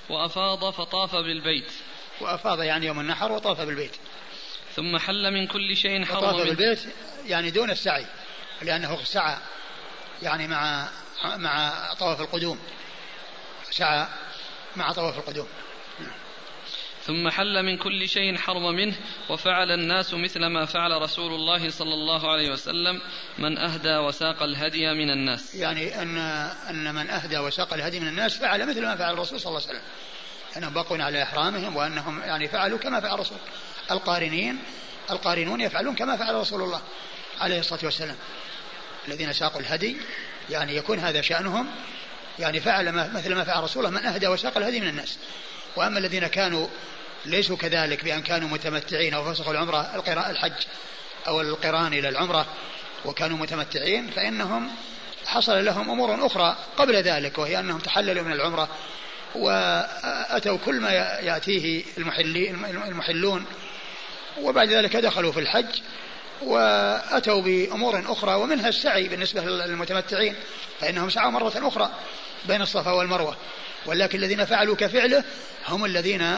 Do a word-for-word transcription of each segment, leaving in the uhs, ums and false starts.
وأفاض فطاف بالبيت. وأفاض يعني يوم النحر وطاف بالبيت. ثم حل من كل شيء حرم وطاف بالبيت يعني دون السعي لأنه سعى يعني مع مع طواف القدوم، سعى مع طواف القدوم. ثم حل من كل شيء حرم منه وفعل الناس مثل ما فعل رسول الله صلى الله عليه وسلم من أهدى وساق الهدي من الناس. يعني أن أن من أهدى وساق الهدي من الناس فعل مثل ما فعل الرسول صلى الله عليه وسلم، أنهم بقوا على إحرامهم وأنهم يعني فعلوا كما فعل الرسول. القارنين القارنون يفعلون كما فعل رسول الله عليه الصلاة والسلام. الذين ساقوا الهدي يعني يكون هذا شأنهم، يعني فعل مثل ما فعل رسول الله من أهدى وساق الهدي من الناس. وأما الذين كانوا ليسوا كذلك بأن كانوا متمتعين أو فسخوا العمرة الحج أو القران إلى العمرة وكانوا متمتعين فإنهم حصل لهم أمور أخرى قبل ذلك، وهي أنهم تحللوا من العمرة وأتوا كل ما يأتيه المحلون، وبعد ذلك دخلوا في الحج وأتوا بأمور أخرى ومنها السعي بالنسبة للمتمتعين فإنهم سعوا مرة أخرى بين الصفا والمروة. ولكن الذين فعلوا كفعله هم الذين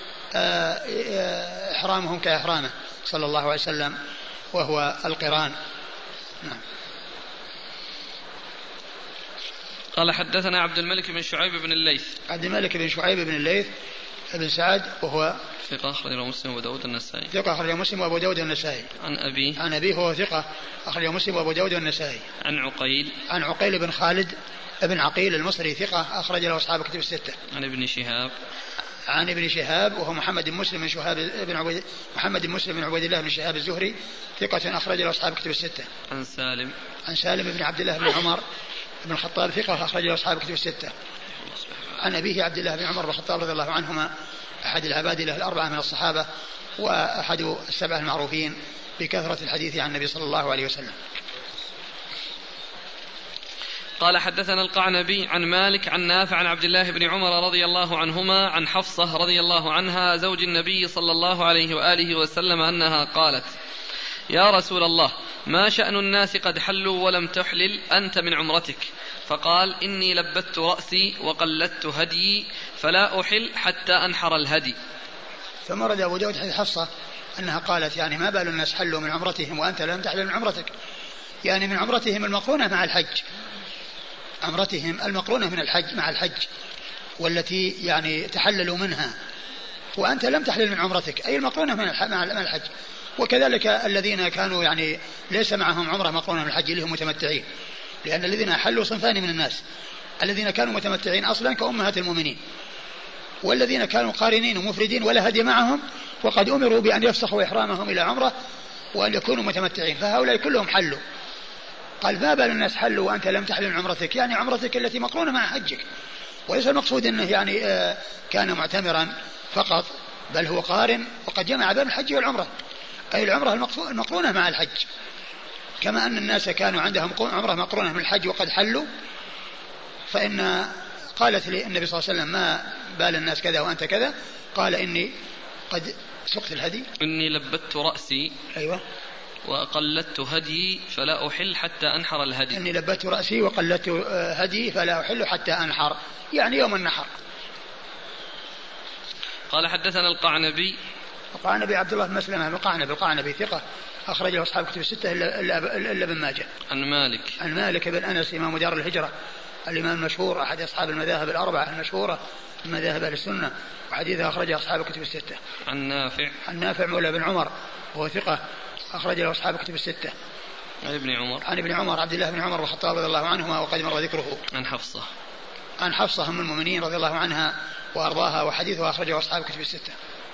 إحرامهم كإحرامه صلى الله عليه وسلم وهو القران. نعم. قال حدثنا عبد الملك بن شعيب بن الليث. عبد الملك بن شعيب بن الليث ابن سعد وهو ثقة أخرجه مسلم وأبو داود النسائي. ثقة أخرجه مسلم وأبو داود النسائي. عن أبيه عن أبيه هو ثقة أخرجه مسلم وأبو داود النسائي. عن عقيل عن عقيل بن خالد ابن عقيل المصري ثقة أخرج له أصحاب كتب الستة. عن ابن شهاب عن ابن شهاب وهو محمد بن مسلم بن شهاب بن عبيد محمد بن مسلم بن عبيد الله بن شهاب الزهري ثقة أخرج له أصحاب كتب الستة. عن سالم عن سالم بن عبد الله بن عمر بن الخطاب ثقة أخرج له أصحاب كتب الستة. عن أبيه عبد الله بن عمر بن الخطاب رضي الله عنهما أحد العبادلة الأربعة من الصحابة وأحد السبع المعروفين بكثرة الحديث عن النبي صلى الله عليه وسلم. قال حدثنا القعنبي عن مالك عن نافع عن عبد الله بن عمر رضي الله عنهما عن حفصة رضي الله عنها زوج النبي صلى الله عليه وآله وسلم أنها قالت: يا رسول الله، ما شأن الناس قد حلوا ولم تحلل أنت من عمرتك؟ فقال: إني لبت رأسي وقلدت هديي فلا أحل حتى أنحر الهدي. ثم رد أبو داود حديث حفصة أنها قالت: يعني ما بال الناس حلوا من عمرتهم وأنت لم تحلل من عمرتك؟ يعني من عمرتهم المقرونة مع الحج، عمرتهم المقرونة من الحج مع الحج والتي يعني تحللوا منها، وأنت لم تحلل من عمرتك أي المقرونة مع الحج. وكذلك الذين كانوا يعني ليس معهم عمرة مقرونة من الحج اللي هم متمتعين، لأن الذين حلوا صنفان من الناس: الذين كانوا متمتعين أصلا كأمهات المؤمنين، والذين كانوا قارنين ومفردين ولا هدي معهم وقد أمروا بأن يفسخوا إحرامهم إلى عمرة وأن يكونوا متمتعين، فهؤلاء كلهم حلوا. قال: ما بال الناس حلوا وأنت لم تحلل من عمرتك؟ يعني عمرتك التي مقرونة مع حجك. وليس المقصود أنه يعني آه كان معتمرا فقط، بل هو قارن وقد جمع بين الحج والعمرة، أي العمرة المقرونة مع الحج، كما أن الناس كانوا عندهم عمرة مقرونة من الحج وقد حلوا. فإن قالت لي النبي صلى الله عليه وسلم: ما بال الناس كذا وأنت كذا؟ قال: إني قد سقت الهدي، إني لبت رأسي أيوة وقلدت هدي فلا أحل حتى أنحر الهدي. إني لبت رأسي وقلدت هدي فلا أحل حتى أنحر، يعني يوم النحر. قال حدثنا القعنبي. القعنبي عبد الله بن مسلمة القعنبي القعنبي ثقة أخرج له أصحاب كتب الستة إلا ابن ماجه. عن مالك عن مالك بن أنس إمام دار الهجرة الإمام المشهور أحد أصحاب المذاهب الأربعة المشهورة من مذاهب أهل السنة، وحديثه أخرجه أصحاب كتب الستة. عن نافع عن نافع مولى بن عمر وهو ثقة أخرج له أصحاب كتب الستة. عن ابن عمر عن ابن عمر عبد الله بن عمر الخطاب رضي الله عنهما وقد مر ذكره. عن حفصة عن حفصة أم المؤمنين رضي الله عنها وأرضاها، وحديثها أخرجه أصحاب كتب الستة.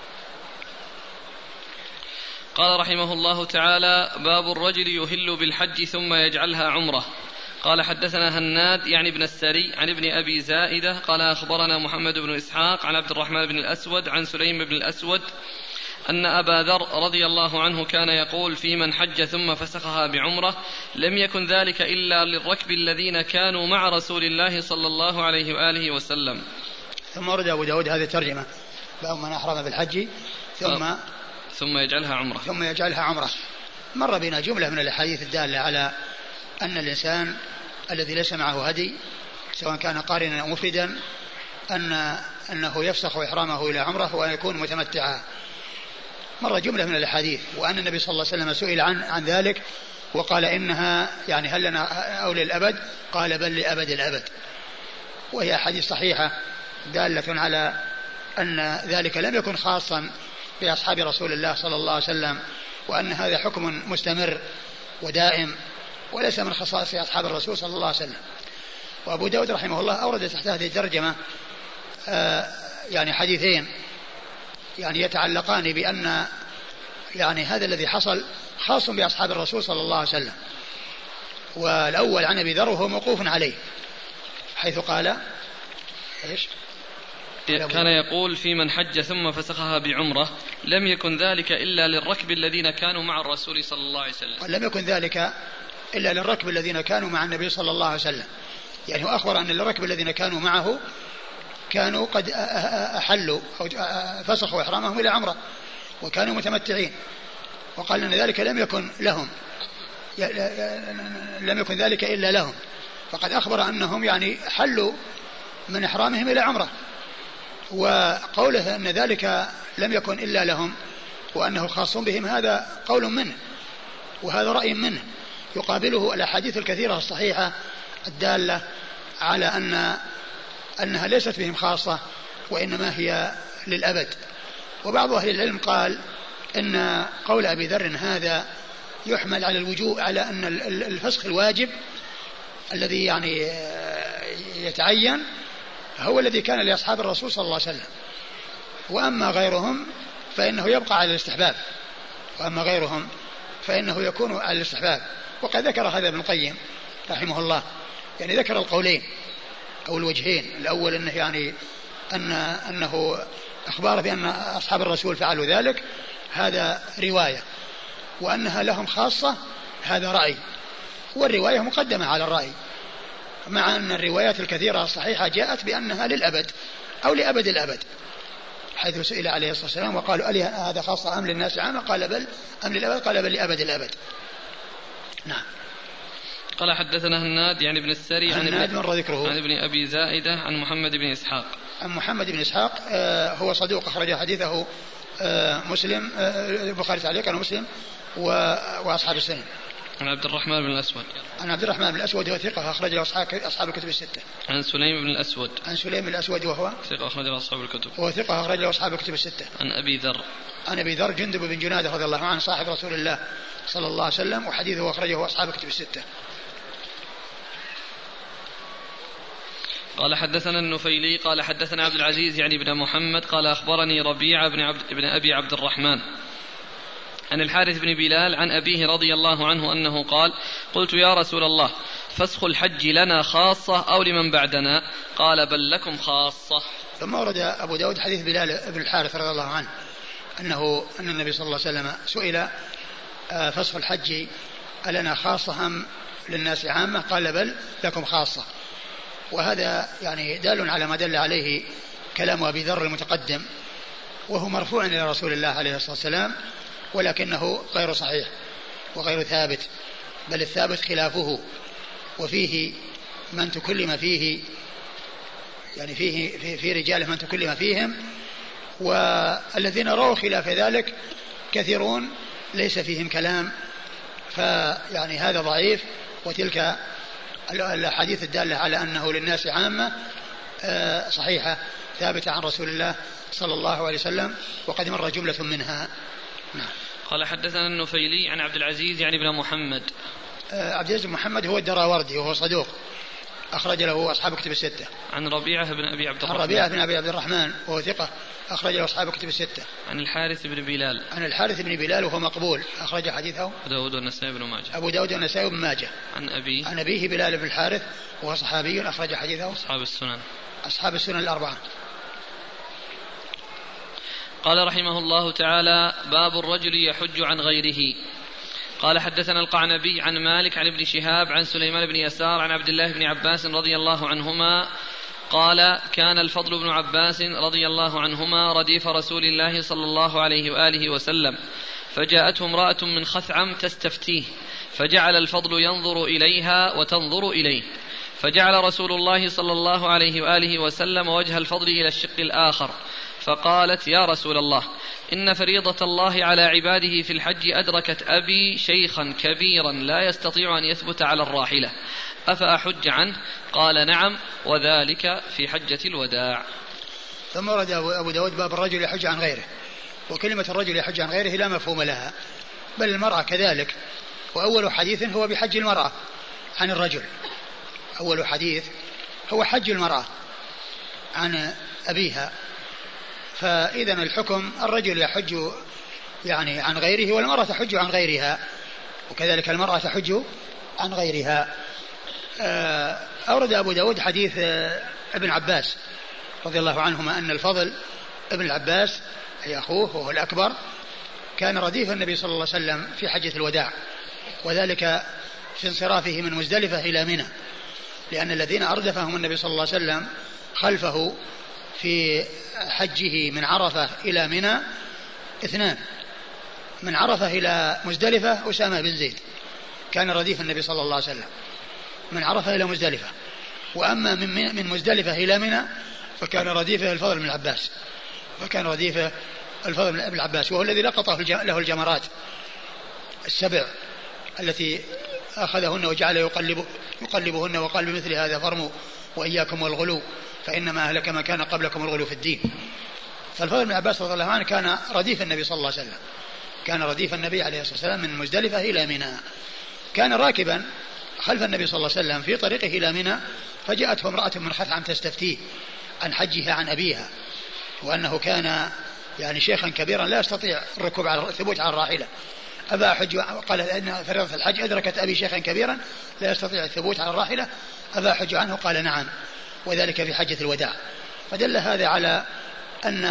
قال رحمه الله تعالى: باب الرجل يهل بالحج ثم يجعلها عمرة. قال حدثنا هناد يعني ابن السري عن ابن أبي زائدة قال أخبرنا محمد بن إسحاق عن عبد الرحمن بن الأسود عن سليم بن الأسود أن أبا ذر رضي الله عنه كان يقول في من حج ثم فسخها بعمرة: لم يكن ذلك إلا للركب الذين كانوا مع رسول الله صلى الله عليه وآله وسلم. ثم ورد أبو داود هذه الترجمة: باب من أحرم بالحج ثم ثم يجعلها عمرة ثم يجعلها عمرة. مر بنا جملة من الأحاديث الدالة على أن الإنسان الذي ليس معه هدي سواء كان قارنا أو مفردا أن أنه يفسخ إحرامه إلى عمره ويكون متمتعا. مر جملة من الأحاديث، وأن النبي صلى الله عليه وسلم سئل عن, عن ذلك وقال إنها يعني هل لنا أو للأبد؟ قال بل لأبد الأبد. وهي أحاديث صحيحة دالة على أن ذلك لم يكن خاصا بأصحاب رسول الله صلى الله عليه وسلم، وأن هذا حكم مستمر ودائم وليس من خصائص أصحاب الرسول صلى الله عليه وسلم. وأبو داود رحمه الله أورد تحت هذه الترجمة آه يعني حديثين يعني يتعلقان بأن يعني هذا الذي حصل خاص بأصحاب الرسول صلى الله عليه وسلم. والأول عن أبي ذر وهو موقوف عليه حيث قال إيش؟ كان يقول في من حج ثم فسخها بعمرة لم يكن ذلك إلا للركب الذين كانوا مع الرسول صلى الله عليه وسلم. لم يكن ذلك إلا للركب الذين كانوا مع النبي صلى الله عليه وسلم. يعني هو أخبر أن الركب الذين كانوا معه كانوا قد أحلوا أو فسخوا إحرامهم إلى عمرة وكانوا متمتعين، وقال أن ذلك لم يكن لهم لم يكن ذلك إلا لهم، فقد أخبر أنهم يعني حلوا من إحرامهم إلى عمرة. وقوله أن ذلك لم يكن إلا لهم وأنه خاص بهم هذا قول منه وهذا رأي منه، يقابله الأحاديث الكثيرة الصحيحة الدالة على أن أنها ليست بهم خاصة وإنما هي للأبد. وبعض أهل العلم قال إن قول أبي ذر هذا يحمل على الوجوب، على أن الفسخ الواجب الذي يعني يتعين هو الذي كان لأصحاب الرسول صلى الله عليه وسلم، وأما غيرهم فإنه يبقى على الاستحباب وأما غيرهم فإنه يكون على الاستحباب. وقد ذكر هذا ابن القيم رحمه الله، يعني ذكر القولين أو الوجهين. الأول أنه يعني أن أنه أخبار بأن أصحاب الرسول فعلوا ذلك هذا رواية، وأنها لهم خاصة هذا رأي، والرواية مقدمة على الرأي، مع أن الروايات الكثيرة الصحيحة جاءت بأنها للأبد أو لأبد الأبد، حيث سئل عليه الصلاة والسلام وقالوا ألي هذا خاصة أم للناس عامة؟ قال بل أم للأبد؟ قال بل لأبد الأبد. نعم. قال حدثنا هناد يعني ابن السري عن ابن, عن ابن أبي زائدة عن محمد بن إسحاق. عن محمد بن إسحاق آه هو صدوق أخرج حديثه آه مسلم البخاري آه تعليقا ومسلم وأصحاب السنن. عن عبد الرحمن بن الأسود. عن عبد الرحمن بن الأسود وهو ثقة أخرج له أصحاب الكتب الستة. عن سليم بن الأسود. عن سليم بن الأسود وهو ثقة أخرج له أصحاب الكتب. وهو ثقة أخرج له أصحاب الكتب الستة. عن أبي ذر. عن أبي ذر جندب بن جنادة رضي الله عنه صاحب رسول الله صلى الله عليه وسلم، وحديثه أخرجه أصحاب الكتب الستة. قال حدثنا النفيلي قال حدثنا عبد العزيز يعني بن محمد قال أخبرني ربيعة بن, عبد بن أبي عبد الرحمن عن الحارث بن بلال عن أبيه رضي الله عنه أنه قال قلت يا رسول الله فسخ الحج لنا خاصة أو لمن بعدنا؟ قال بل لكم خاصة. ثم ورد أبو داود حديث بلال بن الحارث رضي الله عنه أنه أن النبي صلى الله عليه وسلم سئل فسخ الحج ألنا خاصة أم للناس عامة؟ قال بل لكم خاصة. وهذا يعني دال على ما دل عليه كلام أبي ذر المتقدم، وهو مرفوع إلى رسول الله عليه الصلاة والسلام، ولكنه غير صحيح وغير ثابت، بل الثابت خلافه، وفيه من تكلم فيه يعني فيه في, في رجاله من تكلم فيهم، والذين رووا خلاف ذلك كثيرون ليس فيهم كلام، فيعني هذا ضعيف. وتلك الحديث الدالة على أنه للناس عامة صحيحة ثابتة عن رسول الله صلى الله عليه وسلم، وقد مر جملة منها. نعم. قال حدثنا النفيلي عن عبد العزيز يعني بن محمد. عبد العزيز بن محمد هو الدراوردي وهو صدوق أخرج له أصحاب كتب الستة. عن ربيعة بن أبي عبد الرحمن. عن ربيعة بن أبي عبد الرحمن وهو ثقة أخرج له أصحاب كتب الستة. عن الحارث بن بلال. عن الحارث بن بلال وهو مقبول أخرج حديثه أبو داود والنسائي بن ماجه. أبو داود والنسائي بن ماجه. عن أبي عن أبيه بلال بن الحارث وهو صحابي أخرج حديثه أصحاب السنن. أصحاب السنن الأربعة. قال رحمه الله تعالى باب الرجل يحج عن غيره. قال حدثنا القعنبي عن مالك عن ابن شهاب عن سليمان بن يسار عن عبد الله بن عباس رضي الله عنهما قال كان الفضل بن عباس رضي الله عنهما رديف رسول الله صلى الله عليه وآله وسلم، فجاءته امرأة من خثعم تستفتيه، فجعل الفضل ينظر إليها وتنظر إليه، فجعل رسول الله صلى الله عليه وآله وسلم وجه الفضل إلى الشق الآخر، فقالت: يا رسول الله، إن فريضة الله على عباده في الحج أدركت أبي شيخا كبيرا لا يستطيع أن يثبت على الراحلة، أفأحج عنه؟ قال: نعم، وذلك في حجة الوداع. ثم ورد أبو داود باب الرجل يحج عن غيره، وكلمة الرجل يحج عن غيره لا مفهوم لها، بل المرأة كذلك. وأول حديث هو بحج المرأة عن الرجل، أول حديث هو حج المرأة عن أبيها، فإذا الحكم الرجل يحج يعني عن غيره، والمرأة تحج عن غيرها، وكذلك المرأة تحج عن غيرها. أورد أبو داود حديث ابن عباس رضي الله عنهما أن الفضل ابن العباس أي أخوه وهو الأكبر كان رديف النبي صلى الله عليه وسلم في حجة الوداع، وذلك في انصرافه من مزدلفة إلى منى، لأن الذين أردفهم النبي صلى الله عليه وسلم خلفه في حجه من عرفة إلى منى اثنان، من عرفة إلى مزدلفة أسامة بن زيد كان رديف النبي صلى الله عليه وسلم من عرفة إلى مزدلفة، وأما من من مزدلفة إلى منى فكان رديفه الفضل بن العباس، فكان رديفه الفضل بن العباس، وهو الذي لقطه له الجمرات السبع التي أخذهن وجعل يقلب يقلبهن وقال: بمثل هذا فرموا وإياكم والغلو فإنما أهلك ما كان قبلكم الغلو في الدين. فالفضل بن عباس رضي الله عنه كان رديف النبي صلى الله عليه وسلم، كان رديف النبي عليه الصلاة والسلام من مزدلفة إلى منى، كان راكبا خلف النبي صلى الله عليه وسلم في طريقه إلى منى، فجاءته امرأة من خثعم تستفتيه عن حجها عن أبيها، وأنه كان يعني شيخا كبيرا لا يستطيع الركوب على الثبوت على الراحلة، أبا أحج؟ قال: إن فريضة الحج أدركت أبي شيخا كبيرا لا يستطيع الثبوت على الراحلة، أبا أحج عنه؟ قال: نعم، وذلك في حجة الوداع. فدل هذا على أن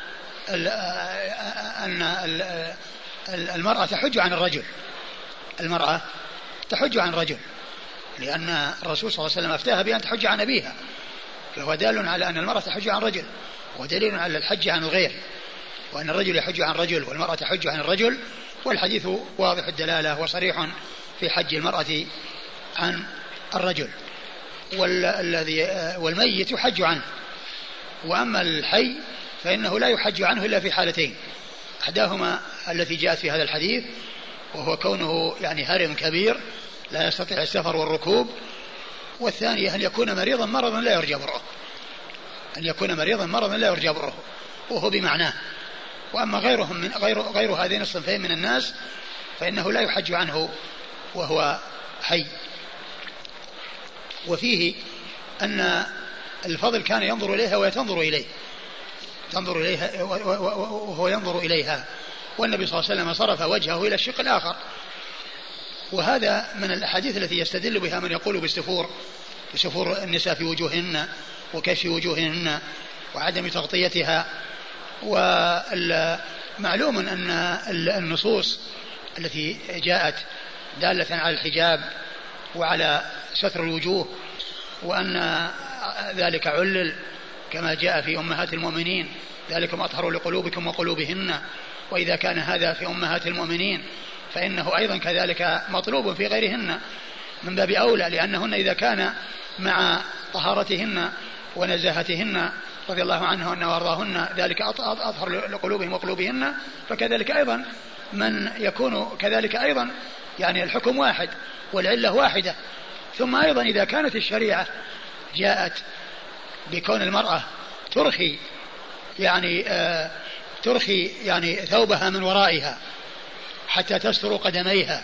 أن المرأة تحج عن الرجل، المرأة تحج عن الرجل، لأن الرسول صلى الله عليه وسلم أفتاها بأن تحج عن أبيها، فهو دال على أن المرأة تحج عن الرجل، ودليل على الحج عن الغير، وأن الرجل يحج عن الرجل والمرأة تحج عن الرجل، والحديث واضح الدلالة وصريح في حج المرأة عن الرجل، والذي والميت يحج عنه، وأما الحي فإنه لا يحج عنه إلا في حالتين، أحداهما التي جاءت في هذا الحديث وهو كونه يعني هرم كبير لا يستطيع السفر والركوب، والثانية أن يكون مريضا مرضا لا يرجى بره، أن يكون مريضا مرضا لا يرجى بره وهو بمعناه. وأما غيرهم من غير غير هذين الصنفين من الناس فإنه لا يحج عنه وهو حي. وفيه أن الفضل كان ينظر إليها ويتنظر إليه، تنظر إليها وهو ينظر إليها، والنبي صلى الله عليه وسلم صرف وجهه إلى الشق الآخر. وهذا من الأحاديث التي يستدل بها من يقول بالسفور، بسفور النساء في وجوههن وكشف وجوههن وعدم تغطيتها. ومعلوم أن النصوص التي جاءت دالة على الحجاب وعلى ستر الوجوه وأن ذلك علل كما جاء في أمهات المؤمنين: ذلكم أطهر لقلوبكم وقلوبهن. وإذا كان هذا في أمهات المؤمنين فإنه أيضا كذلك مطلوب في غيرهن من باب أولى، لأنهن إذا كان مع طهارتهن ونزاهتهن رضي الله عنهن وارضاهن ذلك أطهر لقلوبهم وقلوبهن، فكذلك أيضا من يكون كذلك أيضا يعني الحكم واحد والعلة واحدة. ثم أيضا إذا كانت الشريعة جاءت بكون المرأة ترخي يعني آه ترخي يعني ثوبها من ورائها حتى تستر قدميها،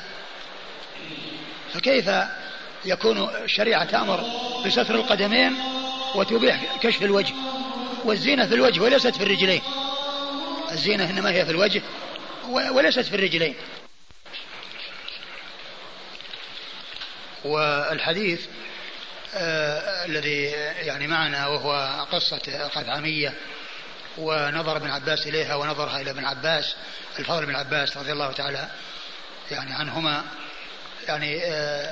فكيف يكون الشريعة تأمر بستر القدمين وتبيح كشف الوجه؟ والزينة في الوجه وليست في الرجلين، الزينة إنما هي في الوجه وليست في الرجلين. والحديث آه الذي يعني معنا وهو قصة خثعمية ونظر ابن عباس إليها ونظرها إلى ابن عباس، الفضل بن عباس رضي الله تعالى يعني عنهما، يعني آآ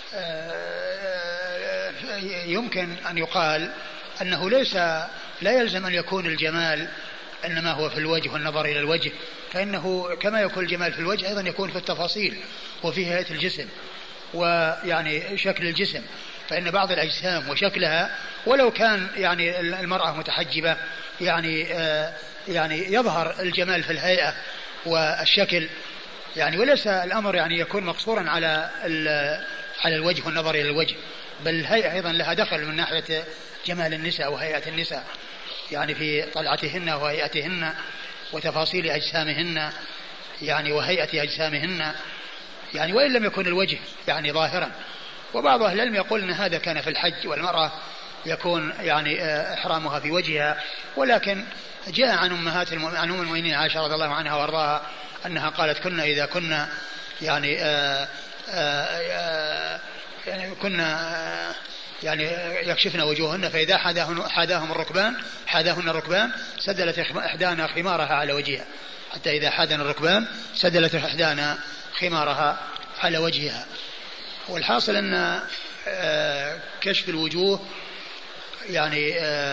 آآ يمكن أن يقال أنه ليس لا يلزم أن يكون الجمال إنما هو في الوجه والنظر إلى الوجه، فإنه كما يكون الجمال في الوجه أيضا يكون في التفاصيل وفي هيئة الجسم ويعني شكل الجسم. فإن بعض الأجسام وشكلها ولو كان يعني المرأة متحجبة يعني آه يعني يظهر الجمال في الهيئة والشكل يعني، وليس الأمر يعني يكون مقصورا على على الوجه والنظر إلى الوجه، بل الهيئة أيضا لها دخل من ناحية جمال النساء وهيئة النساء يعني في طلعتهن وهيئتهن وتفاصيل أجسامهن يعني وهيئة أجسامهن يعني، وإن لم يكن الوجه يعني ظاهرا. وبعض أهل العلم يقول أن هذا كان في الحج والمرأة يكون يعني إحرامها في وجهها، ولكن جاء عن أمهات الم... عن أم المؤمنين عائشة رضي الله عنها وارضاها أنها قالت كنا إذا كنا يعني آآ آآ يعني كنا يعني يكشفن وجوههن فإذا حداهن حداهم الركبان حداهن الركبان سدلت إحدانا خمارها على وجهها، حتى إذا حدن الركبان سدلت إحدانا خمارها على وجهها. والحاصل أن كشف الوجوه يعني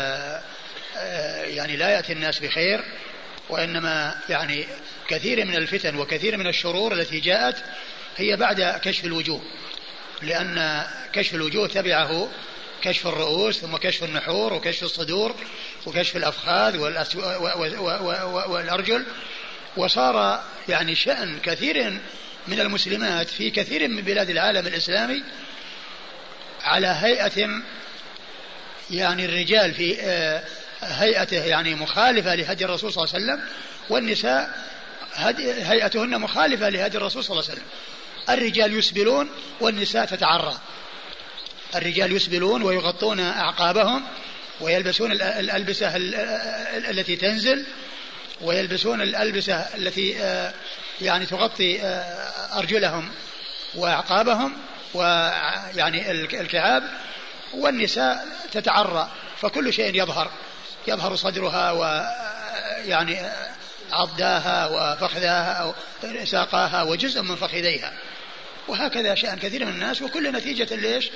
يعني لا يأتي الناس بخير، وإنما يعني كثير من الفتن وكثير من الشرور التي جاءت هي بعد كشف الوجوه، لأن كشف الوجوه تبعه كشف الرؤوس ثم كشف النحور وكشف الصدور وكشف الأفخاذ والأرجل، وصار يعني شأن كثير من المسلمات في كثير من بلاد العالم الإسلامي على هيئة يعني الرجال في هيئته يعني مخالفة لهدي الرسول صلى الله عليه وسلم، والنساء هيئتهن مخالفة لهدي الرسول صلى الله عليه وسلم. الرجال يسبلون والنساء تتعرى، الرجال يسبلون ويغطون أعقابهم ويلبسون الألبسة التي تنزل ويلبسون الألبسة التي يعني تغطي أرجلهم وأعقابهم ويعني الكعاب، والنساء تتعرى، فكل شيء يظهر يظهر صدرها ويعني عضاها وفخذاها ساقاها وجزء من فخذيها، وهكذا شأن كثير من الناس، وكل نتيجة ليش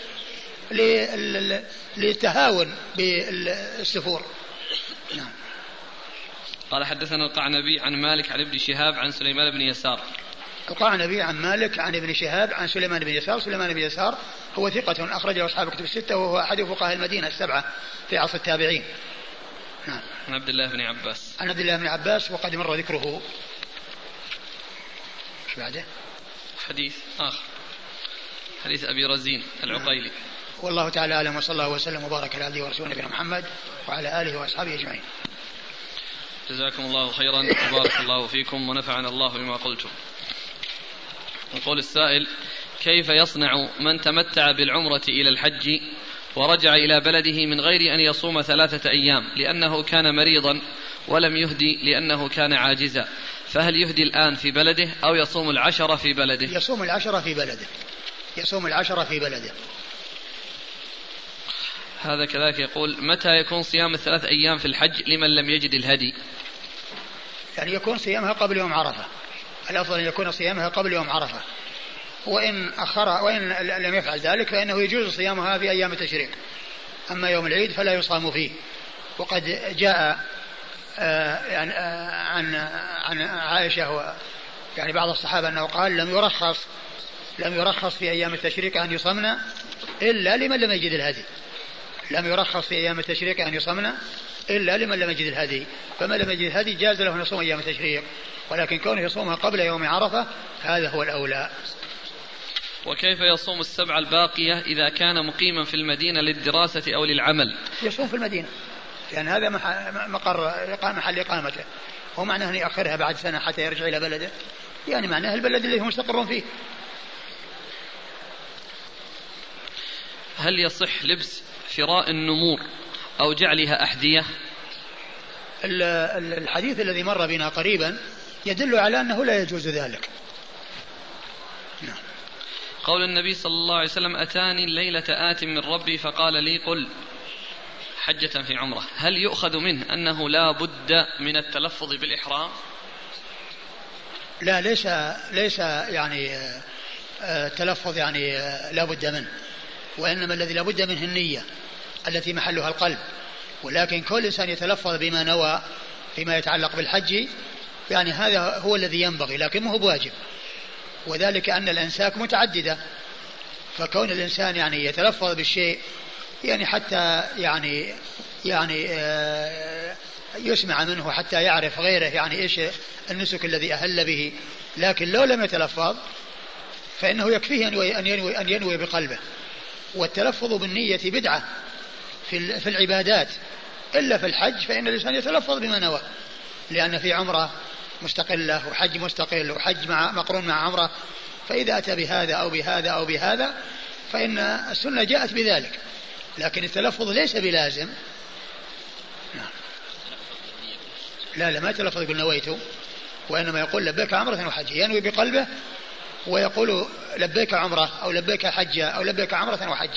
للتهاون بالسفور. نعم. قال حدثنا القعنبي عن مالك عن ابن شهاب عن سليمان بن يسار. القعنبي عن مالك عن ابن شهاب عن سليمان بن يسار. سليمان بن يسار هو ثقة أخرجه أصحاب الكتب الستة، وهو أحد فقهاء المدينة السبعة في عصر التابعين. نعم. عن عبد الله بن عباس. عن عبد الله بن عباس وقد مر ذكره. ايش بعده؟ حديث آخر، حديث أبي رزين العقيلي. والله تعالى أعلم، وصلى الله وسلم وبارك على عبده ورسوله نبينا محمد وعلى آله وأصحابه أجمعين. جزاكم الله خيرا وبارك الله فيكم ونفعنا الله بما قلتم. يقول السائل: كيف يصنع من تمتع بالعمرة إلى الحج ورجع إلى بلده من غير أن يصوم ثلاثة أيام لأنه كان مريضا ولم يهدي لأنه كان عاجزا، فهل يهدي الآن في بلده أو يصوم العشرة في بلده؟ يصوم العشرة في بلده يصوم العشرة في بلده. هذا كذلك يقول: متى يكون صيام الثلاث أيام في الحج لمن لم يجد الهدي؟ يعني يكون صيامها قبل يوم عرفة، الأفضل أن يكون صيامها قبل يوم عرفة، وإن أخر وإن لم يفعل ذلك فإنه يجوز صيامها في أيام التشريق، أما يوم العيد فلا يصام فيه. وقد جاء آه يعني آه عن عن عائشة يعني بعض الصحابة أنه قال: لم يرخص لم يرخص في أيام التشريق أن يصمنا إلا لمن لم يجد الهدي لم يرخص في أيام التشريق أن يصمنا إلا لمن لم يجد الهدي، فمن لم يجد الهدي جاز له أن يصوم أيام التشريق، ولكن كونه يصومها قبل يوم عرفة هذا هو الأولى. وكيف يصوم السبع الباقية إذا كان مقيما في المدينة للدراسة أو للعمل؟ يصوم في المدينة، لأن هذا مقر محل إقامته، هو معناه أن يأخرها بعد سنة حتى يرجع إلى بلده، يعني معناه البلد اللي هم مستقرون فيه. هل يصح لبس فراء النمور أو جعلها أحذية؟ الحديث الذي مر بنا قريبا يدل على أنه لا يجوز ذلك. نعم. قول النبي صلى الله عليه وسلم: أتاني الليلة آت من ربي فقال لي قل حجة في عمرة، هل يؤخذ منه أنه لا بد من التلفظ بالإحرام؟ لا، ليس ليس يعني التلفظ يعني لا بد منه، وإنما الذي لا بد منه النية التي محلها القلب، ولكن كل إنسان يتلفظ بما نوى فيما يتعلق بالحج يعني هذا هو الذي ينبغي، لكن ما هو بواجب، وذلك أن الأنساك متعددة، فكون الإنسان يعني يتلفظ بالشيء يعني حتى يعني يعني يسمع منه حتى يعرف غيره يعني إيش النسك الذي أهل به، لكن لو لم يتلفظ فإنه يكفيه أن ينوي, أن ينوي بقلبه. والتلفظ بالنية بدعة في, في العبادات، إلا في الحج فإن الإنسان يتلفظ بما نوى، لأن في عمرة مستقلة وحج مستقل وحج مع مقرون مع عمرة، فإذا أتى بهذا أو بهذا أو بهذا فإن السنة جاءت بذلك، لكن التلفظ ليس بلازم. لا لا ما يتلفظ يقول نويته، وإنما يقول لبيك عمرة وحج، ينوي بقلبه ويقول لبيك عمرة أو لبيك حجة أو لبيك عمرة وحجة.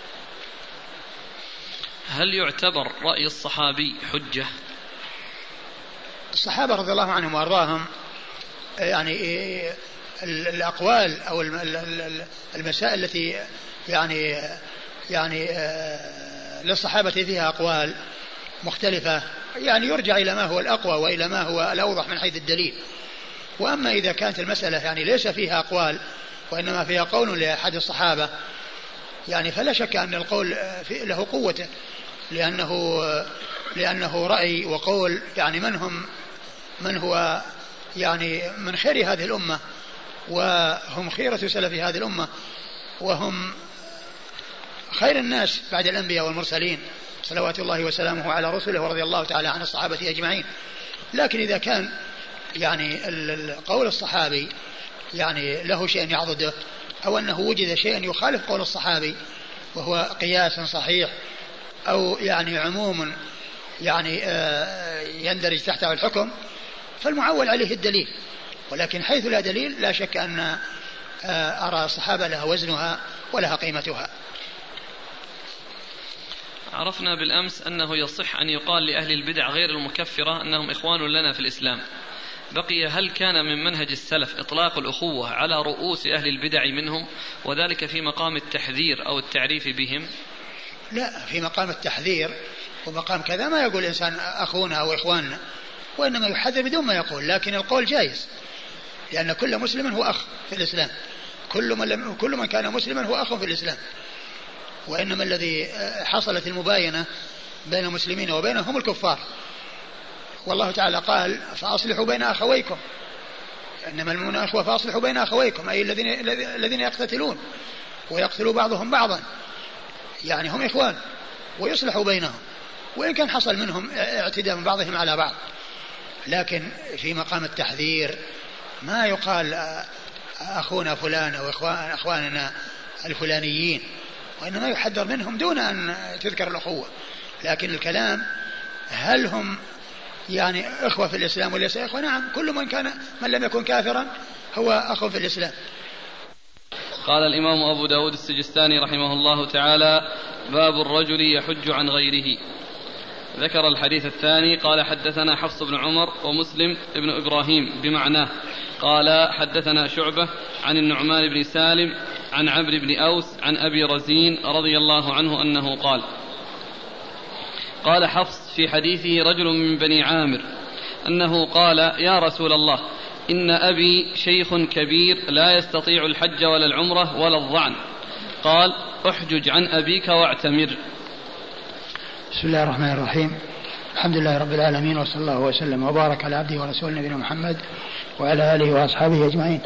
هل يعتبر رأي الصحابي حجة؟ الصحابة رضي الله عنهم وأرضاهم يعني الأقوال أو المسائل التي يعني يعني للصحابة فيها أقوال مختلفة يعني يرجع إلى ما هو الأقوى وإلى ما هو الأوضح من حيث الدليل. وأما إذا كانت المسألة يعني ليس فيها أقوال وإنما فيها قول لأحد الصحابة يعني فلا شك أن القول له قوته، لأنه لأنه رأي وقول يعني من هم من هو يعني من خير هذه الأمة وهم خيرة سلف هذه الأمة وهم خير الناس بعد الأنبياء والمرسلين صلوات الله وسلامه على رسله ورضي الله تعالى عن الصحابة أجمعين. لكن إذا كان يعني قول الصحابي يعني له شيء يعضده أو أنه وجد شيء يخالف قول الصحابي وهو قياس صحيح أو يعني عموم يعني يندرج تحته الحكم فالمعول عليه الدليل، ولكن حيث لا دليل لا شك أن أرى الصحابة لها وزنها ولها قيمتها. عرفنا بالأمس أنه يصح أن يقال لأهل البدع غير المكفرة أنهم إخوان لنا في الإسلام، بقي هل كان من منهج السلف إطلاق الأخوة على رؤوس أهل البدع منهم وذلك في مقام التحذير أو التعريف بهم؟ لا، في مقام التحذير ومقام كذا ما يقول الإنسان أخونا أو إخواننا، وإنما يحذر بدون ما يقول، لكن القول جائز لأن كل مسلم هو أخ في الإسلام، كل من, لم كل من كان مسلما هو أخ في الإسلام، وإنما الذي حصلت المباينة بين المسلمين وبينهم الكفار، والله تعالى قال فأصلحوا بين أخويكم، إنما المؤمنون إخوة فأصلحوا بين أخويكم، أي الذين الذين يقتتلون ويقتلوا بعضهم بعضا يعني هم إخوان ويصلحوا بينهم، وإن كان حصل منهم اعتداء من بعضهم على بعض، لكن في مقام التحذير ما يقال أخونا فلان أو إخوان أخواننا الفلانيين، وإنما يحذر منهم دون أن تذكر الأخوة. لكن الكلام هل هم يعني إخوة في الإسلام وليس إخوة؟ نعم، كل من كان من لم يكن كافرا هو أخو في الإسلام. قال الإمام أبو داود السجستاني رحمه الله تعالى: باب الرجل يحج عن غيره. ذكر الحديث الثاني قال: حدثنا حفص بن عمر ومسلم بن إبراهيم بمعناه. قال: حدثنا شعبة عن النعمان بن سالم عن عمرو بن أوس عن أبي رزين رضي الله عنه أنه قال: قال حفص في حديثه رجل من بني عامر أنه قال: يا رسول الله، إن أبي شيخ كبير لا يستطيع الحج ولا العمرة ولا الظعن. قال: احجج عن أبيك واعتمر. بسم الله الرحمن الرحيم، الحمد لله رب العالمين، وصلى الله وسلم وبارك على عبده ورسوله نبينا محمد وعلى آله وأصحابه أجمعين.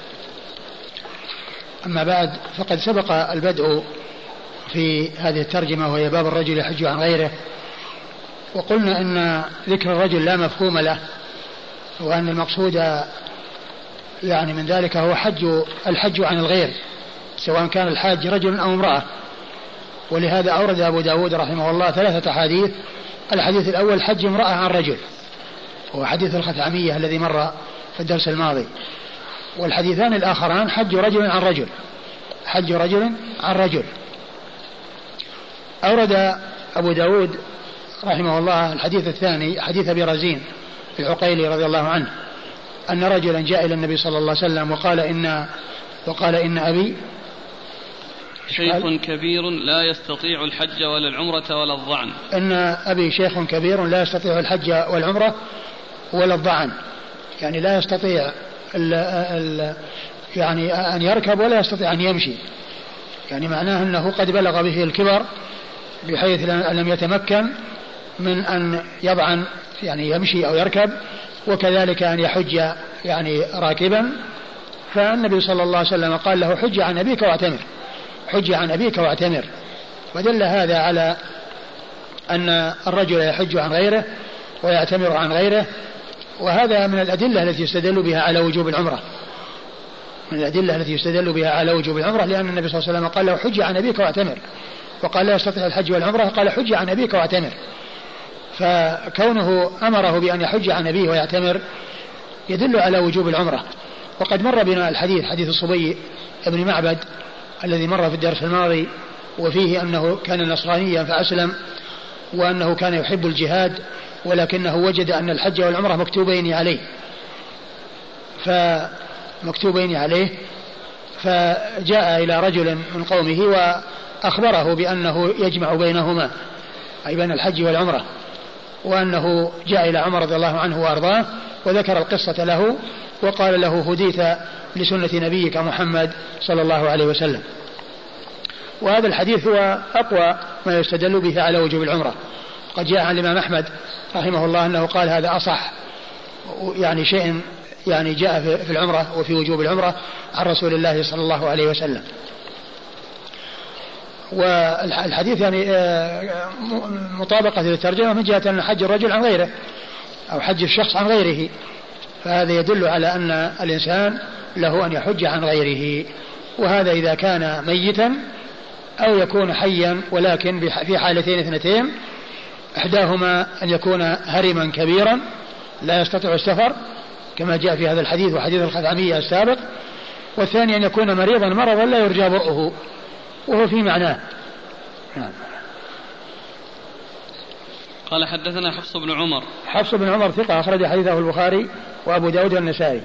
أما بعد، فقد سبق البدء في هذه الترجمة وهي باب الرجل يحج عن غيره، وقلنا أن ذكر الرجل لا مفهوم له، وأن المقصود يعني من ذلك هو حج الحج عن الغير، سواء كان الحاج رجل أو امرأة. ولهذا أورد أبو داود رحمه الله ثلاثة حديث. الحديث الأول حج امرأة عن رجل، هو حديث الخثعمية الذي مر في الدرس الماضي. والحديثان الآخران حج رجل عن رجل، حج رجل عن رجل. أورد أبو داود رحمه الله الحديث الثاني حديث أبي رزين العقيلي رضي الله عنه أن رجلا جاء إلى النبي صلى الله عليه وسلم وقال إن وقال إن أبي شيخ كبير لا يستطيع الحج ولا العمرة ولا الظعن. إن أبي شيخ كبير لا يستطيع الحج والعمرة ولا الظعن، يعني لا يستطيع ال ال يعني أن يركب ولا يستطيع أن يمشي. يعني معناه أنه قد بلغ به الكبر بحيث لم يتمكن من أن يضعن يعني يمشي أو يركب، وكذلك أن يحج يعني راكبا. فالنبي صلى الله عليه وسلم قال له حج عن أبيك واعتمر، حج عن أبيك واعتمر. ودل هذا على أن الرجل يحج عن غيره ويعتمر عن غيره، وهذا من الأدلة التي يستدل بها على وجوب العمرة، من الأدلة التي يستدل بها على وجوب العمرة، لأن النبي صلى الله عليه وسلم قال له حج عن أبيك واعتمر، وقال لا يستطيع الحج والعمرة قال حج عن أبيك واعتمر. فكونه أمره بأن يحج عن أبيه ويعتمر يدل على وجوب العمرة. وقد مر بنا الحديث، حديث الصبي ابن معبد الذي مر في الدرس الماضي، وفيه أنه كان نصرانيا فأسلم، وأنه كان يحب الجهاد ولكنه وجد أن الحج والعمرة مكتوبين عليه فمكتوبين عليه فجاء إلى رجل من قومه وأخبره بأنه يجمع بينهما، أي بين الحج والعمرة، وأنه جاء إلى عمر رضي الله عنه وأرضاه وذكر القصة له وقال له هديت لسنة نبيك محمد صلى الله عليه وسلم. وهذا الحديث هو أقوى ما يستدل به على وجوب العمرة. قد جاء عن الإمام أحمد رحمه الله أنه قال هذا أصح يعني شيء يعني جاء في العمرة وفي وجوب العمرة عن رسول الله صلى الله عليه وسلم. والحديث يعني مطابقة للترجمة من جهة أن حج الرجل عن غيره أو حج الشخص عن غيره، فهذا يدل على أن الإنسان له أن يحج عن غيره، وهذا إذا كان ميتا أو يكون حيا، ولكن في حالتين اثنتين، إحداهما أن يكون هرما كبيرا لا يستطيع السفر كما جاء في هذا الحديث وحديث الخثعمية السابق، والثاني أن يكون مريضا مرضا لا يرجى برؤه وهو في معناه. نعم. قال حدثنا حفص بن عمر. حفص بن عمر ثقة أخرج حديثه البخاري وأبو داود والنسائي.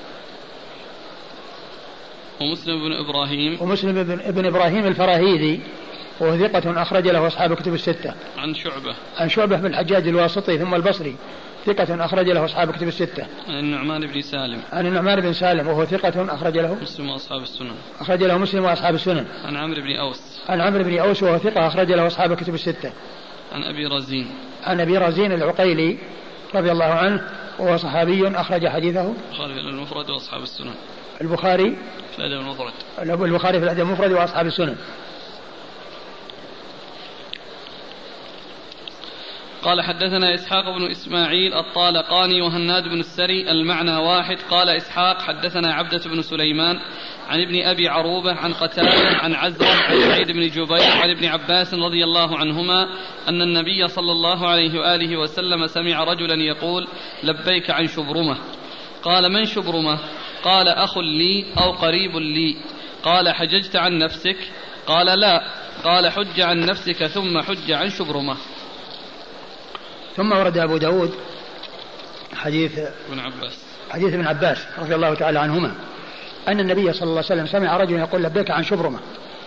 ومسلم بن إبراهيم. ومسلم بن, ابن إبراهيم الفراهيدي وهو ثقة أخرج له أصحاب الكتب الستة. عن شعبة. عن شعبة بن الحجاج الواسطي ثم البصري ثقة أخرج له أصحاب الكتب الستة. عن النعمان بن سالم. عن النعمان بن سالم وهو ثقة أخرج له مسلم وأصحاب السنن. أخرج له مسلم وأصحاب السنن. عن عمرو بن أوس. عن عمرو بن أوس وهو ثقة أخرج له أصحاب الكتب الستة. عن أبي رزين. عن أبي رزين العقيلي رضي الله عنه وهو صحابي أخرج حديثه البخاري في المفرد وأصحاب السنن. البخاري في الأدب المفرد. البخاري في الأدب المفرد وأصحاب السنن. قال حدثنا إسحاق بن إسماعيل الطالقاني وهناد بن السري المعنى واحد. قال إسحاق حدثنا عبدة بن سليمان عن ابن أبي عروبة عن قتادة عن عزرة عن سعيد بن جبير عن ابن عباس رضي الله عنهما أن النبي صلى الله عليه وآله وسلم سمع رجلا يقول لبيك عن شبرمة. قال من شبرمة؟ قال أخ لي أو قريب لي. قال حججت عن نفسك؟ قال لا. قال حج عن نفسك ثم حج عن شبرمة. ثم ورد أبو داود حديث ابن عباس حديث ابن عباس رضي الله تعالى عنهما أن النبي صلى الله عليه وسلم سمع رجلا يقول لبيك عن شبرمة،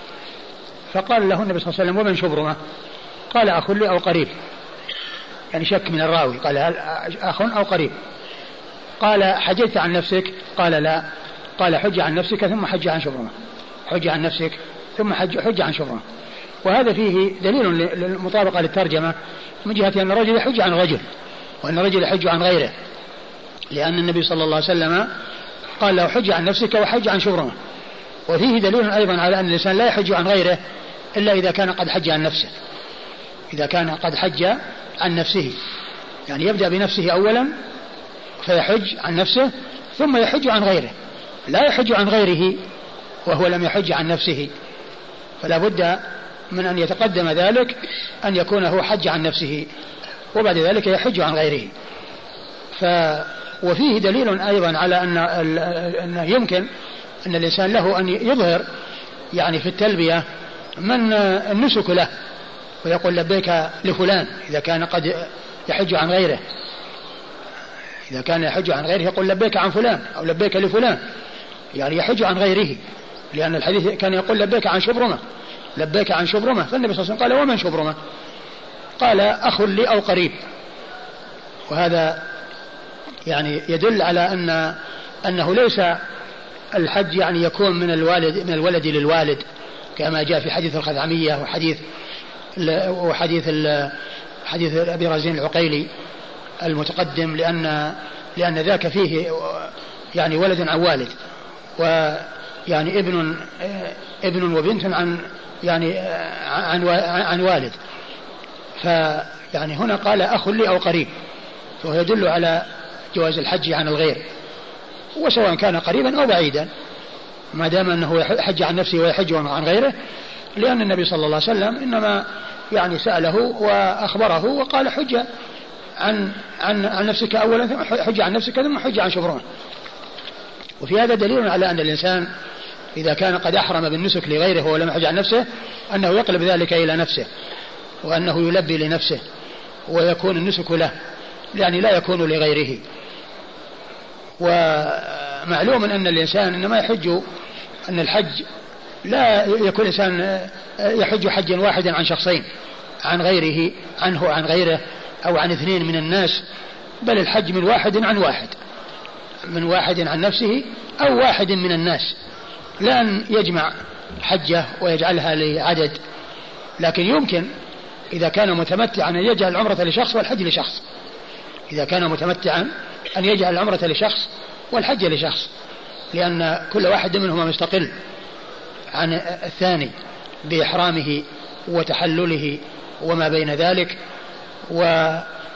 فقال له النبي صلى الله عليه وسلم ومن شبرمة؟ قال أخ لي أو قريب، يعني شك من الراوي، قال هل أخ أو قريب. قال حججت عن نفسك؟ قال لا. قال حج عن نفسك ثم حج عن شبرمة، حج عن نفسك ثم حج, حج عن شبرمة. وهذا فيه دليل للمطابقة للترجمة من جهة أن الرجل يحج عن رجل وأن الرجل يحج عن غيره، لأن النبي صلى الله عليه وسلم قال له حج عن نفسك وحج عن شبرمة. وفيه دليل أيضا على أن الإنسان لا يحج عن غيره إلا إذا كان قد حج عن نفسه، إذا كان قد حج عن نفسه، يعني يبدأ بنفسه أولا فيحج عن نفسه ثم يحج عن غيره، لا يحج عن غيره وهو لم يحج عن نفسه، فلا بد من أن يتقدم ذلك أن يكون هو حج عن نفسه وبعد ذلك يحج عن غيره. ف وفيه دليل أيضا على أن أن يمكن أن الإنسان له أن يظهر يعني في التلبية من النسك له ويقول لبيك لفلان إذا كان قد يحج عن غيره، إذا كان يحج عن غيره يقول لبيك عن فلان أو لبيك لفلان، يعني يحج عن غيره، لأن الحديث كان يقول لبيك عن شبرمة، لبيك عن شبرمة، فالنبي صلى الله عليه وسلم قال ومن شبرمة؟ قال أخ لي أو قريب. وهذا يعني يدل على أن أنه ليس الحج يعني يكون من الوالد من الولد للوالد كما جاء في حديث الخثعمية وحديث وحديث حديث أبي رزين العقيلي المتقدم، لأن لأن ذاك فيه يعني ولد عن والد، ويعني ابن ابن وبنت عن يعني عن عن والد، فيعني هنا قال أخ لي أو قريب، فهو يدل على جواز الحج عن الغير، وسواء كان قريبا أو بعيدا ما دام أنه يحج عن نفسه ويحج عن غيره، لأن النبي صلى الله عليه وسلم إنما يعني سأله وأخبره وقال حج عن عن عن نفسك أولا، حج عن نفسك ثم حج عن شبرون. وفي هذا دليل على أن الإنسان إذا كان قد أحرم بالنسك لغيره ولم يحج عن نفسه أنه يقلب ذلك إلى نفسه، وأنه يلبي لنفسه ويكون النسك له، يعني لا يكون لغيره. ومعلوم أن الإنسان إنما يحج، أن الحج لا يكون الإنسان يحج حجا واحدا عن شخصين، عن غيره عنه عن غيره أو عن اثنين من الناس، بل الحج من واحد عن واحد، من واحد عن نفسه أو واحد من الناس، لا أن يجمع حجة ويجعلها لعدد. لكن يمكن إذا كان متمتعا أن يجعل العمرة لشخص والحج لشخص، إذا كان متمتعا أن يجعل العمرة لشخص والحج لشخص، لأن كل واحد منهما مستقل عن الثاني بإحرامه وتحلله وما بين ذلك. و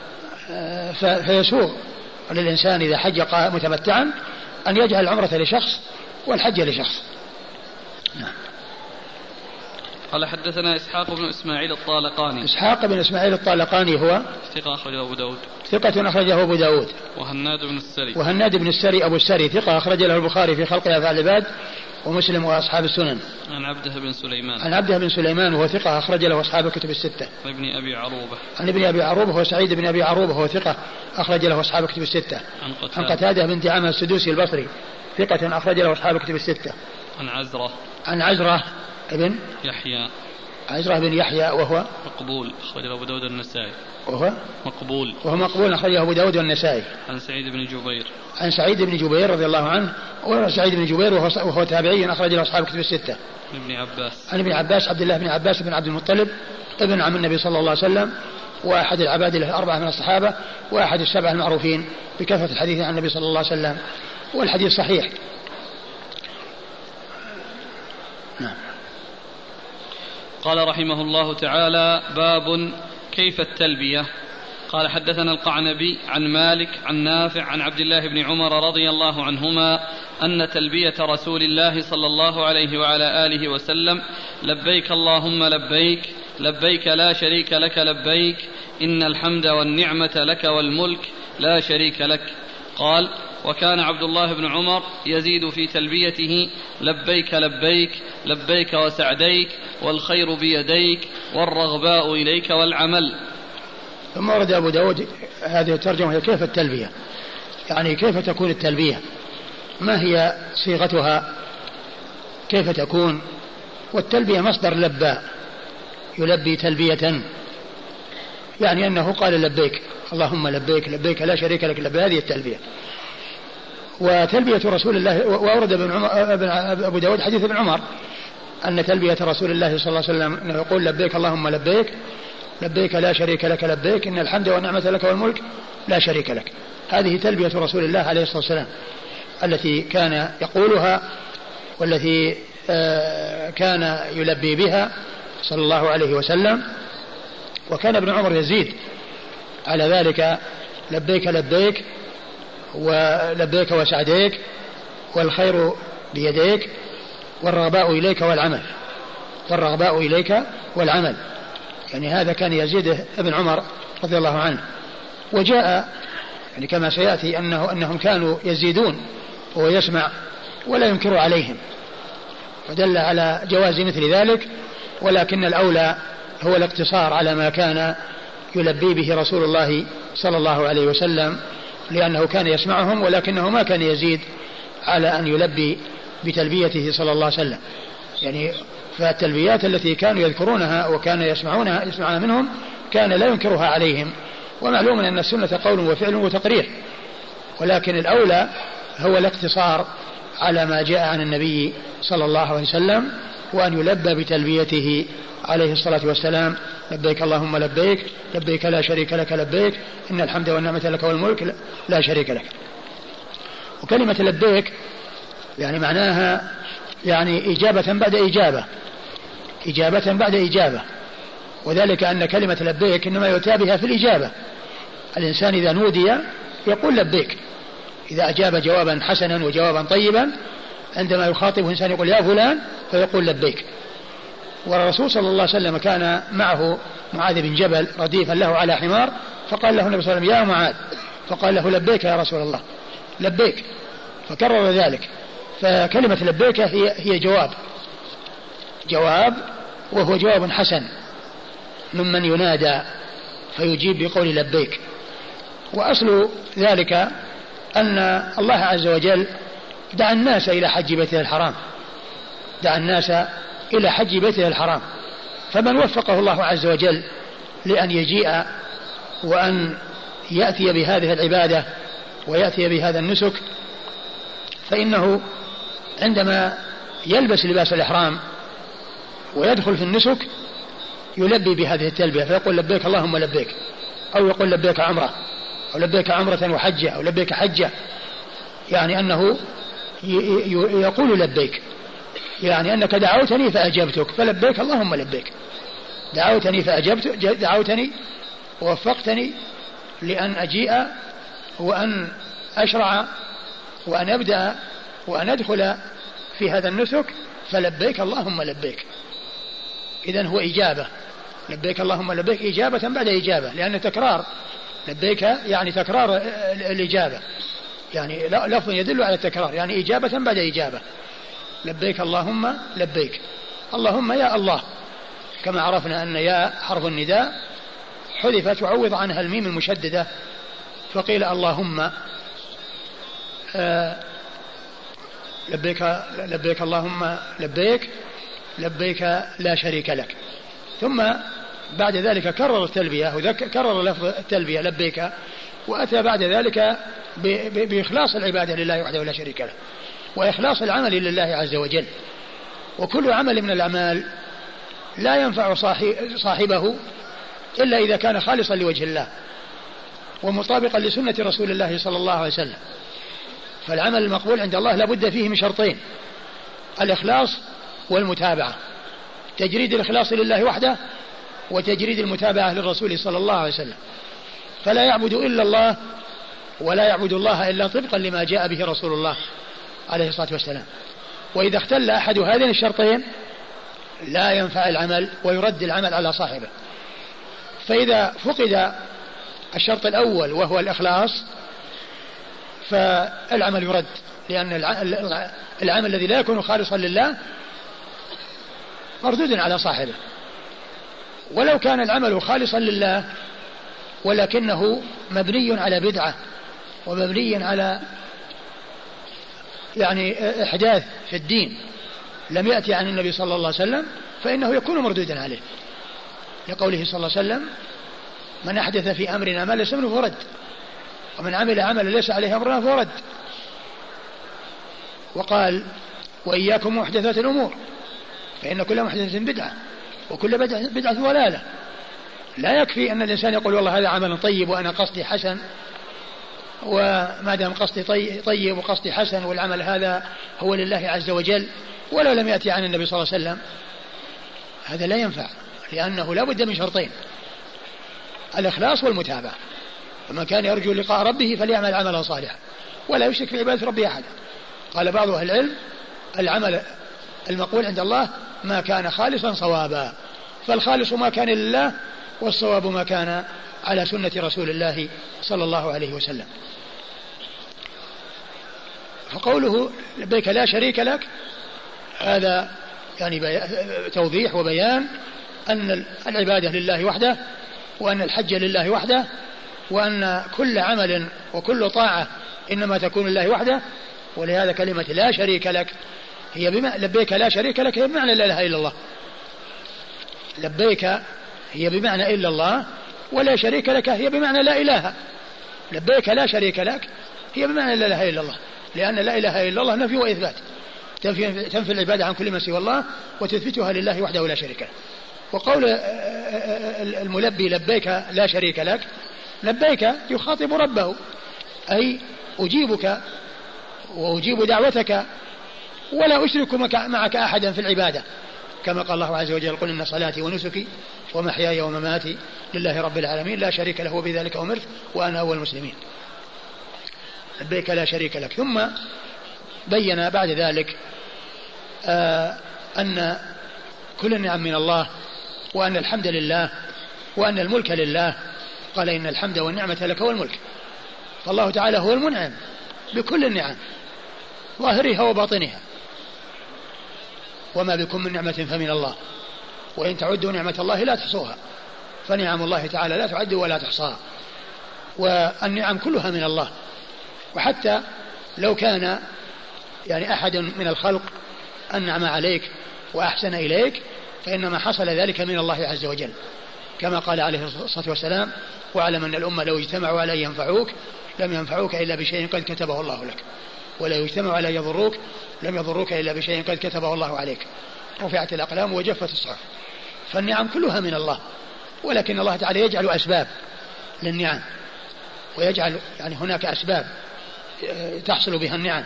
فيسوغ للإنسان إذا حج متمتعا أن يجعل العمرة لشخص والحج لشخص. نعم. قال حدثنا إسحاق بن إسماعيل الطالقاني. إسحاق بن إسماعيل الطالقاني هو ثقة أخرجه أبو داود. ثقة أخرجه أبو داود. وهناد بن السري. وهناد بن السري أبو السري ثقة أخرج له البخاري في خلق أفعال العباد ومسلم وأصحاب السنن. عن عبده بن سليمان. عن عبده بن سليمان وهو ثقة أخرج له أصحاب الكتب الستة. عن ابن أبي عروبة. عن ابن أبي عروبة هو سعيد بن أبي عروبة وهو ثقة أخرج له أصحاب الكتب الستة. عن قتادة. عن قتادة بن دعامة السدوسي البصري ثقة أخرج له أصحاب الكتب الستة. عن عزرة. عن عزرة ابن يحيى. عزرة بن يحيى وهو مقبول أخرجه أبو داود النسائي. وهو مقبول وهو مقبول أخرجه أبو داود والنسائي. عن سعيد بن جبير. عن سعيد بن جبير رضي الله عنه، وسعيد بن جبير وهو, وهو تابعي أخرج له أصحاب الكتب الستة. عن ابن عباس. عن ابن عباس عبد الله بن عباس بن عبد المطلب ابن عم النبي صلى الله عليه وسلم، وأحد العباد الأربعة من الصحابة، وأحد السبعة المعروفين بكثرة الحديث عن النبي صلى الله عليه وسلم، والحديث صحيح. نعم. قال رحمه الله تعالى: باب كيف التلبية. قال حدثنا القعنبي عن مالك عن نافع عن عبد الله بن عمر رضي الله عنهما أن تلبية رسول الله صلى الله عليه وعلى آله وسلم: لبيك اللهم لبيك لبيك لا شريك لك لبيك إن الحمد والنعمة لك والملك لا شريك لك. قال: وكان عبد الله بن عمر يزيد في تلبيته: لبيك لبيك لبيك وسعديك والخير بيديك والرغباء إليك والعمل. ثم ورد أبو داود هذه الترجمة: هي كيف التلبية، يعني كيف تكون التلبية، ما هي صيغتها، كيف تكون. والتلبية مصدر لبى، يلبي تلبية، يعني أنه قال لبيك اللهم لبيك لبيك لا شريك لك لبيك، هذه التلبية. وتلبية رسول الله، وأورد ابن عمر أبو داود حديث ابن عمر أن تلبية رسول الله صلى الله عليه وسلم أنه يقول: لبيك اللهم لبيك لبيك لا شريك لك لبيك إن الحمد والنعمة لك والملك لا شريك لك. هذه تلبية رسول الله عليه الصلاة والسلام التي كان يقولها، والتي كان يلبي بها صلى الله عليه وسلم. وكان ابن عمر يزيد على ذلك: لبيك لبيك ولبيك وسعديك والخير بيديك والرغباء إليك والعمل، والرغباء إليك والعمل. يعني هذا كان يزيد ابن عمر رضي الله عنه. وجاء يعني كما سيأتي أنه أنهم كانوا يزيدون وهو يسمع ولا ينكر عليهم، فدل على جواز مثل ذلك. ولكن الأولى هو الاقتصار على ما كان يلبي به رسول الله صلى الله عليه وسلم، لأنه كان يسمعهم ولكنه ما كان يزيد على أن يلبي بتلبيته صلى الله عليه وسلم. يعني فالتلبيات التي كانوا يذكرونها وكان يسمعونها يسمعها منهم كان لا ينكرها عليهم. ومعلوم أن السنة قول وفعل وتقرير، ولكن الأولى هو الاقتصار على ما جاء عن النبي صلى الله عليه وسلم وأن يلبى بتلبيته عليه الصلاة والسلام: لبيك اللهم لبيك، لبيك لا شريك لك لبيك، إن الحمد والنعمة لك والملك لا شريك لك. وكلمة لبيك يعني معناها يعني إجابة بعد إجابة، إجابة بعد إجابة، وذلك أن كلمة لبيك إنما يؤتى بها في الإجابة. الإنسان إذا نودي يقول لبيك، إذا أجاب جوابا حسنا وجوابا طيبا عندما يخاطبه إنسان يقول يا فلان فيقول لبيك. والرسول صلى الله عليه وسلم كان معه معاذ بن جبل رديفا له على حمار، فقال له النبي صلى الله عليه وسلم يا معاذ، فقال له لبيك يا رسول الله، لبيك، فكرر ذلك. فكلمة لبيك هي, هي جواب جواب وهو جواب حسن ممن ينادى فيجيب بقول لبيك. وأصل ذلك أن الله عز وجل دعا الناس إلى حج بيته الحرام، دعا الناس إلى حج بيته الحرام، فمن وفقه الله عز وجل لأن يجيء وأن يأتي بهذه العبادة ويأتي بهذا النسك، فإنه عندما يلبس لباس الإحرام ويدخل في النسك يلبي بهذه التلبية فيقول لبيك اللهم لبيك، أو يقول لبيك عمرة، أو لبيك عمرة وحجة، أو لبيك حجة، يعني أنه يقول لبيك، يعني أنك دعوتني فأجبتك، فلبيك اللهم لبيك، دعوتني فأجبت، دعوتني ووفقتني لأن أجيء وأن أشرع وأن أبدأ وأن أدخل في هذا النسك، فلبيك اللهم لبيك. إذن هو إجابة، لبيك اللهم لبيك إجابة بعد إجابة، لأن تكرار لبيك يعني تكرار الإجابة، يعني لفظ يدل على التكرار، يعني إجابة بعد إجابة. لبيك اللهم لبيك، اللهم يا الله، كما عرفنا أن يا حرف النداء حذفت وعوض عنها الميم المشددة فقيل اللهم آه لبيك لبيك اللهم لبيك، لبيك لا شريك لك. ثم بعد ذلك كرر التلبية وكرر لفظ التلبية لبيك، وأتى بعد ذلك بإخلاص العبادة لله وحده لا شريك له، وإخلاص العمل لله عز وجل. وكل عمل من الأعمال لا ينفع صاحبه إلا إذا كان خالصا لوجه الله ومطابقا لسنة رسول الله صلى الله عليه وسلم. فالعمل المقبول عند الله لابد فيه من شرطين: الإخلاص والمتابعة، تجريد الإخلاص لله وحده وتجريد المتابعة للرسول صلى الله عليه وسلم. فلا يعبد إلا الله ولا يعبد الله إلا طبقا لما جاء به رسول الله عليه الصلاة والسلام. وإذا اختل أحد هذين الشرطين لا ينفع العمل ويرد العمل على صاحبه. فإذا فقد الشرط الأول وهو الإخلاص فالعمل يرد، لأن العمل الذي لا يكون خالصا لله مردود على صاحبه. ولو كان العمل خالصا لله ولكنه مبني على بدعة ومبني على يعني إحداث في الدين لم يأتي عن النبي صلى الله عليه وسلم فإنه يكون مردودا عليه، لقوله صلى الله عليه وسلم: من أحدث في أمرنا ما ليس منه فهو رد، ومن عمل عملا ليس عليه أمرنا فهو رد. وقال: وإياكم محدثات الأمور فإن كل محدثة بدعة وكل بدعة ضلالة. لا يكفي أن الإنسان يقول والله هذا عمل طيب وأنا قصدي حسن، وما دام قصدي طيب وقصدي حسن والعمل هذا هو لله عز وجل ولو لم يأتي عن النبي صلى الله عليه وسلم، هذا لا ينفع، لأنه لا بد من شرطين: الإخلاص والمتابعة. فمن كان يرجو لقاء ربه فليعمل عملا صالحا ولا يشرك في عبادة ربه أحدا. قال بعض أهل العلم: العمل المقبول عند الله ما كان خالصا صوابا، فالخالص ما كان لله والصواب ما كان على سنة رسول الله صلى الله عليه وسلم. فقوله لبيك لا شريك لك هذا يعني توضيح وبيان أن العبادة لله وحده، وأن الحج لله وحده، وأن كل عمل وكل طاعة إنما تكون لله وحده. ولهذا كلمة لا شريك لك هي بمعنى لبيك لا شريك لك هي بمعنى لا إله إلا الله. لبيك هي بمعنى إلا الله، ولا شريك لك هي بمعنى لا إله. لبيك لا شريك لك هي بمعنى لا إله إلا الله، لأن لا إله إلا الله نفي وإثبات، تنفي, تنفي العبادة عن كل ما سوى الله وتثبتها لله وحده لا شريك له. وقول الملبي لبيك لا شريك لك، لبيك يخاطب ربه، أي أجيبك وأجيب دعوتك ولا أشرك معك أحدا في العبادة، كما قال الله عز وجل: قل إن صلاتي ونسكي ومحياي ومماتي لله رب العالمين لا شريك له وبذلك أمرت وأنا أول المسلمين. لبيك لا شريك لك. ثم بين بعد ذلك آه أن كل النعم من الله، وأن الحمد لله، وأن الملك لله. قال: إن الحمد والنعمة لك والملك. فالله تعالى هو المنعم بكل النعم ظاهرها وباطنها، وما بكم من نعمة فمن الله، وإن تعدوا نعمة الله لا تحصوها، فنعم الله تعالى لا تعد ولا تحصى. والنعم كلها من الله. وحتى لو كان يعني أحد من الخلق أنعم عليك وأحسن إليك فإنما حصل ذلك من الله عز وجل، كما قال عليه الصلاة والسلام: واعلم أن الأمة لو اجتمعوا على أن ينفعوك لم ينفعوك إلا بشيء قد كتبه الله لك، ولو اجتمعوا على أن يضروك لم يضروك إلا بشيء قد كتبه الله عليك. رفعت الأقلام وجفت الصحف. فالنعم كلها من الله، ولكن الله تعالى يجعل أسباب للنعم، ويجعل يعني هناك أسباب تحصل بها النعم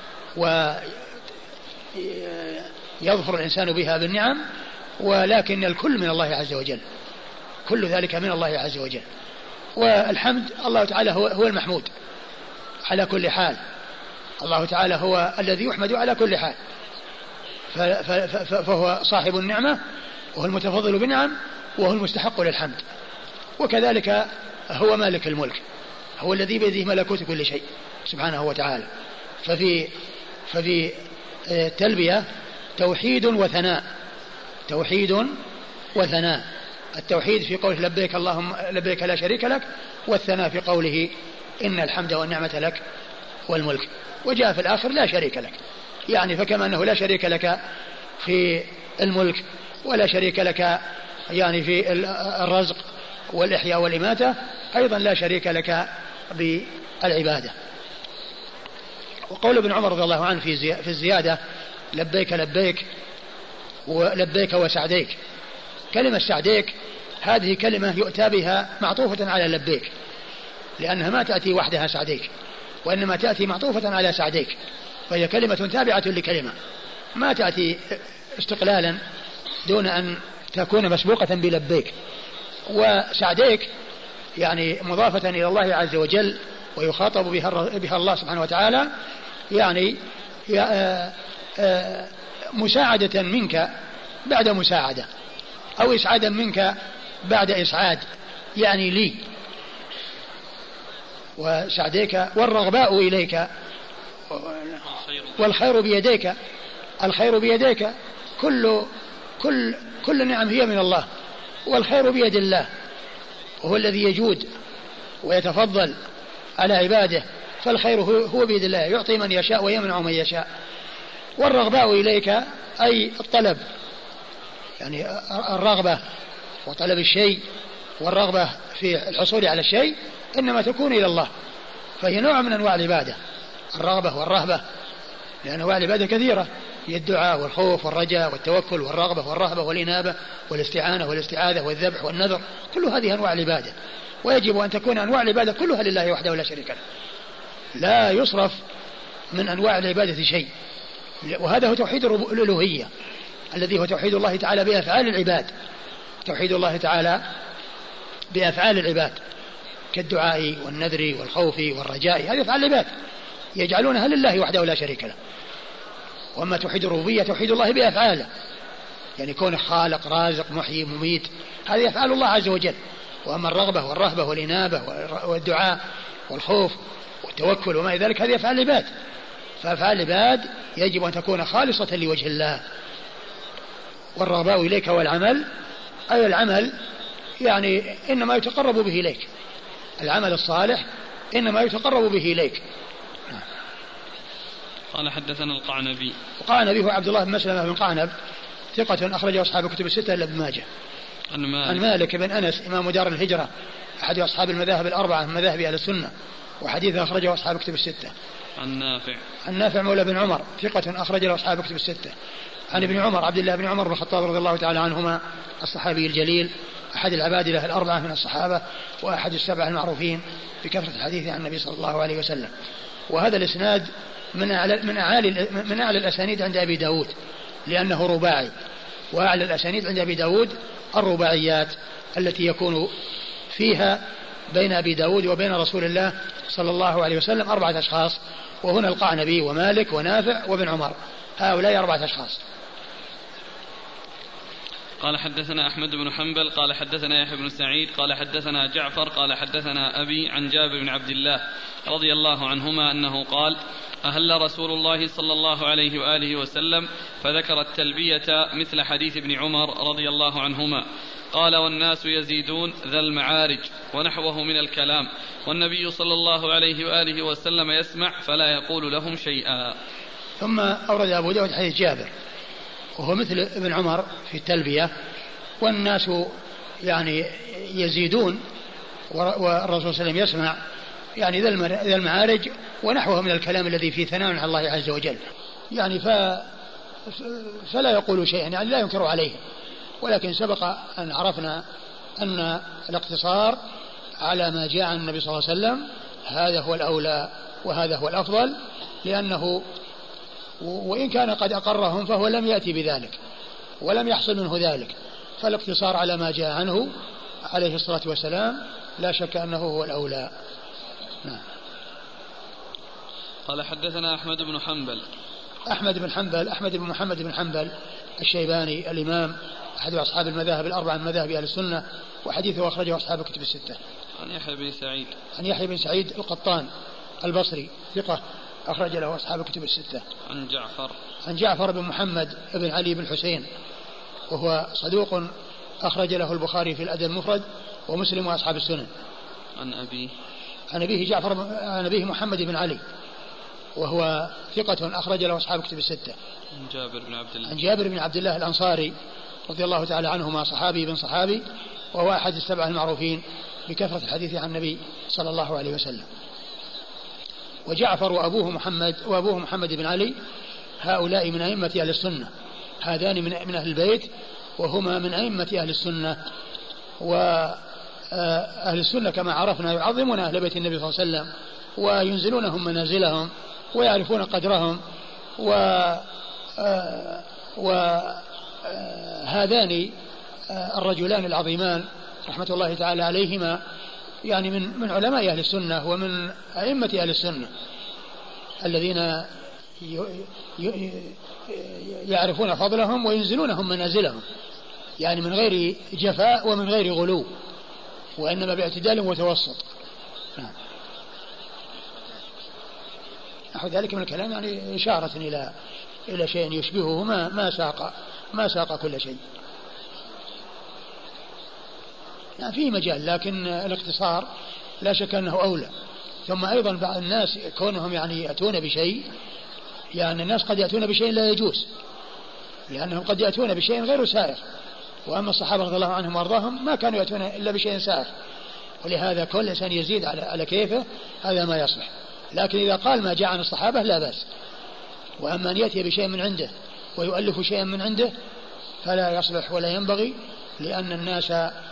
ويظفر الإنسان بها بالنعم، ولكن الكل من الله عز وجل، كل ذلك من الله عز وجل. والحمد الله تعالى هو, هو المحمود على كل حال. الله تعالى هو الذي يحمد على كل حال، فهو صاحب النعمة وهو المتفضل بالنعم وهو المستحق للحمد. وكذلك هو مالك الملك، هو الذي بيده ملكوت كل شيء سبحانه وتعالى. ففي ففي التلبية توحيد وثناء، توحيد وثناء. التوحيد في قوله لبيك اللهم لبيك لا شريك لك، والثناء في قوله إن الحمد والنعمة لك والملك. وجاء في الآخر لا شريك لك، يعني فكما أنه لا شريك لك في الملك ولا شريك لك يعني في الرزق والإحياء والإماتة، أيضا لا شريك لك بالعبادة. وقول ابن عمر رضي الله عنه في الزيادة لبيك لبيك ولبيك وسعديك. كلمة سعديك هذه كلمة يؤتى بها معطوفة على لبيك، لأنها ما تأتي وحدها سعديك، وإنما تأتي معطوفة على سعديك، فهي كلمة تابعة لكلمة، ما تأتي استقلالا دون أن تكون مسبوقة بلبيك. وسعديك يعني مضافة إلى الله عز وجل ويخاطب بها, بها الله سبحانه وتعالى، يعني مساعدة منك بعد مساعدة، أو إسعادا منك بعد إسعاد، يعني لي. وسعديك والرغباء إليك والخير بيديك، الخير بيديك، كل كل كل نعم هي من الله، والخير بيد الله، وهو الذي يجود ويتفضل على عباده، فالخير هو بيد الله، يعطي من يشاء ويمنع من يشاء. والرغباء إليك أي الطلب، يعني الرغبة وطلب الشيء والرغبة في الحصول على الشيء إنما تكون إلى الله، فهي نوع من أنواع العبادة، الرغبة والرهبة، لأن أنواع العبادة كثيرة، هي الدعاء والخوف والرجاء والتوكل والرغبة والرهبة والإنابة والاستعانة والاستعاذة والذبح والنذر، كل هذه أنواع العبادة، ويجب أن تكون أنواع العبادة كلها لله وحده لا شريك له، لا يصرف من أنواع العبادة شيء. وهذا هو توحيد الألوهية الذي هو توحيد الله تعالى بأفعال العباد، توحيد الله تعالى بأفعال العباد كالدعاء والنذر والخوف والرجاء، هذه أفعال العباد يجعلونها لله وحده لا شريك له. وأما توحيد الربوبية توحيد الله بأفعاله، يعني كونه خالق رازق محيي مميت، هذه أفعال الله عز وجل. وأما الرغبة والرهبة والإنابة والدعاء والخوف والتوكل وما ذلك هذه أفعال العباد، فأفعال العباد يجب أن تكون خالصة لوجه الله. والرغباء إليك والعمل، أي العمل يعني إنما يتقرب به إليك، العمل الصالح إنما يتقرب به إليك. قال حدثنا القعنبي. القعنبي هو عبد الله بن مسلمة بن قعنب، ثقة أخرجه أصحاب الكتب الستة إلا ابن ماجه. عن مالك. عن مالك بن أنس إمام دار الهجرة، أحد أصحاب المذاهب الأربعة من مذاهب أهل السنة، وحديثه أخرجه أصحاب الكتب الستة. عن نافع عن نافع مولى بن عمر ثقة أخرج له أصحاب كتب الستة. عن ابن عمر عبد الله بن عمر بن الخطاب رضي الله تعالى عنهما الصحابي الجليل أحد العبادلة الأربعة من الصحابة وأحد السبعة المعروفين بكثرة الحديث عن النبي صلى الله عليه وسلم. وهذا الإسناد من أعلى من أعلى من أعلى الأسانيد عند أبي داود لأنه رباعي، وأعلى الأسانيد عند أبي داود الرباعيات التي يكون فيها بين أبي داود وبين رسول الله صلى الله عليه وسلم أربعة أشخاص، وهنا القعنبي ومالك ونافع وابن عمر، هؤلاء أربعة أشخاص. قال حدثنا أحمد بن حنبل قال حدثنا يحيى بن سعيد قال حدثنا جعفر قال حدثنا أبي عن جابر بن عبد الله رضي الله عنهما أنه قال أهل رسول الله صلى الله عليه وآله وسلم فذكر التلبية مثل حديث ابن عمر رضي الله عنهما. قال والناس يزيدون ذا المعارج ونحوه من الكلام، والنبي صلى الله عليه وآله وسلم يسمع فلا يقول لهم شيئا. ثم أورد أبو داود حديث جابر وهو مثل ابن عمر في التلبية، والناس يعني يزيدون والرسول صلى الله عليه وسلم يسمع، يعني ذا المعارج ونحوه من الكلام الذي فيه ثناء على الله عز وجل، يعني ف فلا يقول شيئا، يعني لا ينكر عليه. ولكن سبق أن عرفنا أن الاقتصار على ما جاء عن النبي صلى الله عليه وسلم هذا هو الأولى وهذا هو الأفضل، لأنه وإن كان قد أقرهم فهو لم يأتي بذلك ولم يحصل منه ذلك، فالاقتصار على ما جاء عنه عليه الصلاة والسلام لا شك أنه هو الأولى. نعم. قال حدثنا أحمد بن حنبل أحمد بن حنبل أحمد بن محمد بن حنبل الشيباني الإمام أحد أصحاب المذاهب الأربعة من مذاهب أهل السنة، وحديثه أخرجه أصحاب الكتب الستة. عن يحيى بن سعيد عن يحيى بن سعيد القطان البصري ثقة أخرج له أصحاب الكتب الستة. عن جعفر عن جعفر بن محمد بن علي بن حسين وهو صدوق أخرج له البخاري في الأدب المفرد ومسلم وأصحاب السنن. عن أبيه عن أبيه جعفر عن أبيه محمد بن علي وهو ثقة أخرج له أصحاب الكتب الستة. عن جابر بن عبد الله عن جابر بن عبد الله الأنصاري رضي الله تعالى عنهما صحابي بن صحابي، وهو أحد السبعة المعروفين بكثرة الحديث عن النبي صلى الله عليه وسلم. وجعفر وأبوه محمد وأبوه محمد بن علي هؤلاء من أئمة أهل السنة، هذان من من أهل البيت وهما من أئمة أهل السنة. وأهل السنة كما عرفنا يعظمون أهل بيت النبي صلى الله عليه وسلم وينزلونهم منازلهم ويعرفون قدرهم، و وهذان الرجلان العظيمان رحمة الله تعالى عليهما يعني من من علماء أهل السنة ومن أئمة أهل السنة الذين يعرفون فضلهم وينزلونهم منازلهم، يعني من غير جفاء ومن غير غلو، وإنما باعتدال وتوسط. نحو ذلك من الكلام يعني إشارة إلى إلى شيء يشبهه ما ما ساق ما ساق كل شيء، يعني في مجال، لكن الاقتصار لا شك أنه أولى. ثم أيضا بعض الناس كونهم يعني يأتون بشيء، يعني الناس قد يأتون بشيء لا يجوز، لأنهم قد يأتون بشيء غير سائغ، وأما الصحابة رضي الله عنهم وارضاهم ما كانوا يأتون إلا بشيء سائغ، ولهذا كل إنسان يزيد على على كيفه هذا ما يصلح. لكن إذا قال ما جاء عن الصحابة لا بأس، وأما أن يأتي بشيء من عنده ويؤلف شيئا من عنده فلا يصلح ولا ينبغي، لأن الناس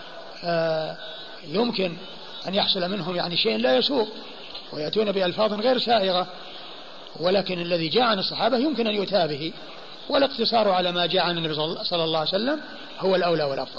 يمكن أن يحصل منهم يعني شيء لا يسوق ويأتون بألفاظ غير سائغة، ولكن الذي جاء عن الصحابة يمكن أن يؤتى به، والاقتصار على ما جاء عن النبي صلى الله عليه وسلم هو الأولى والأفضل.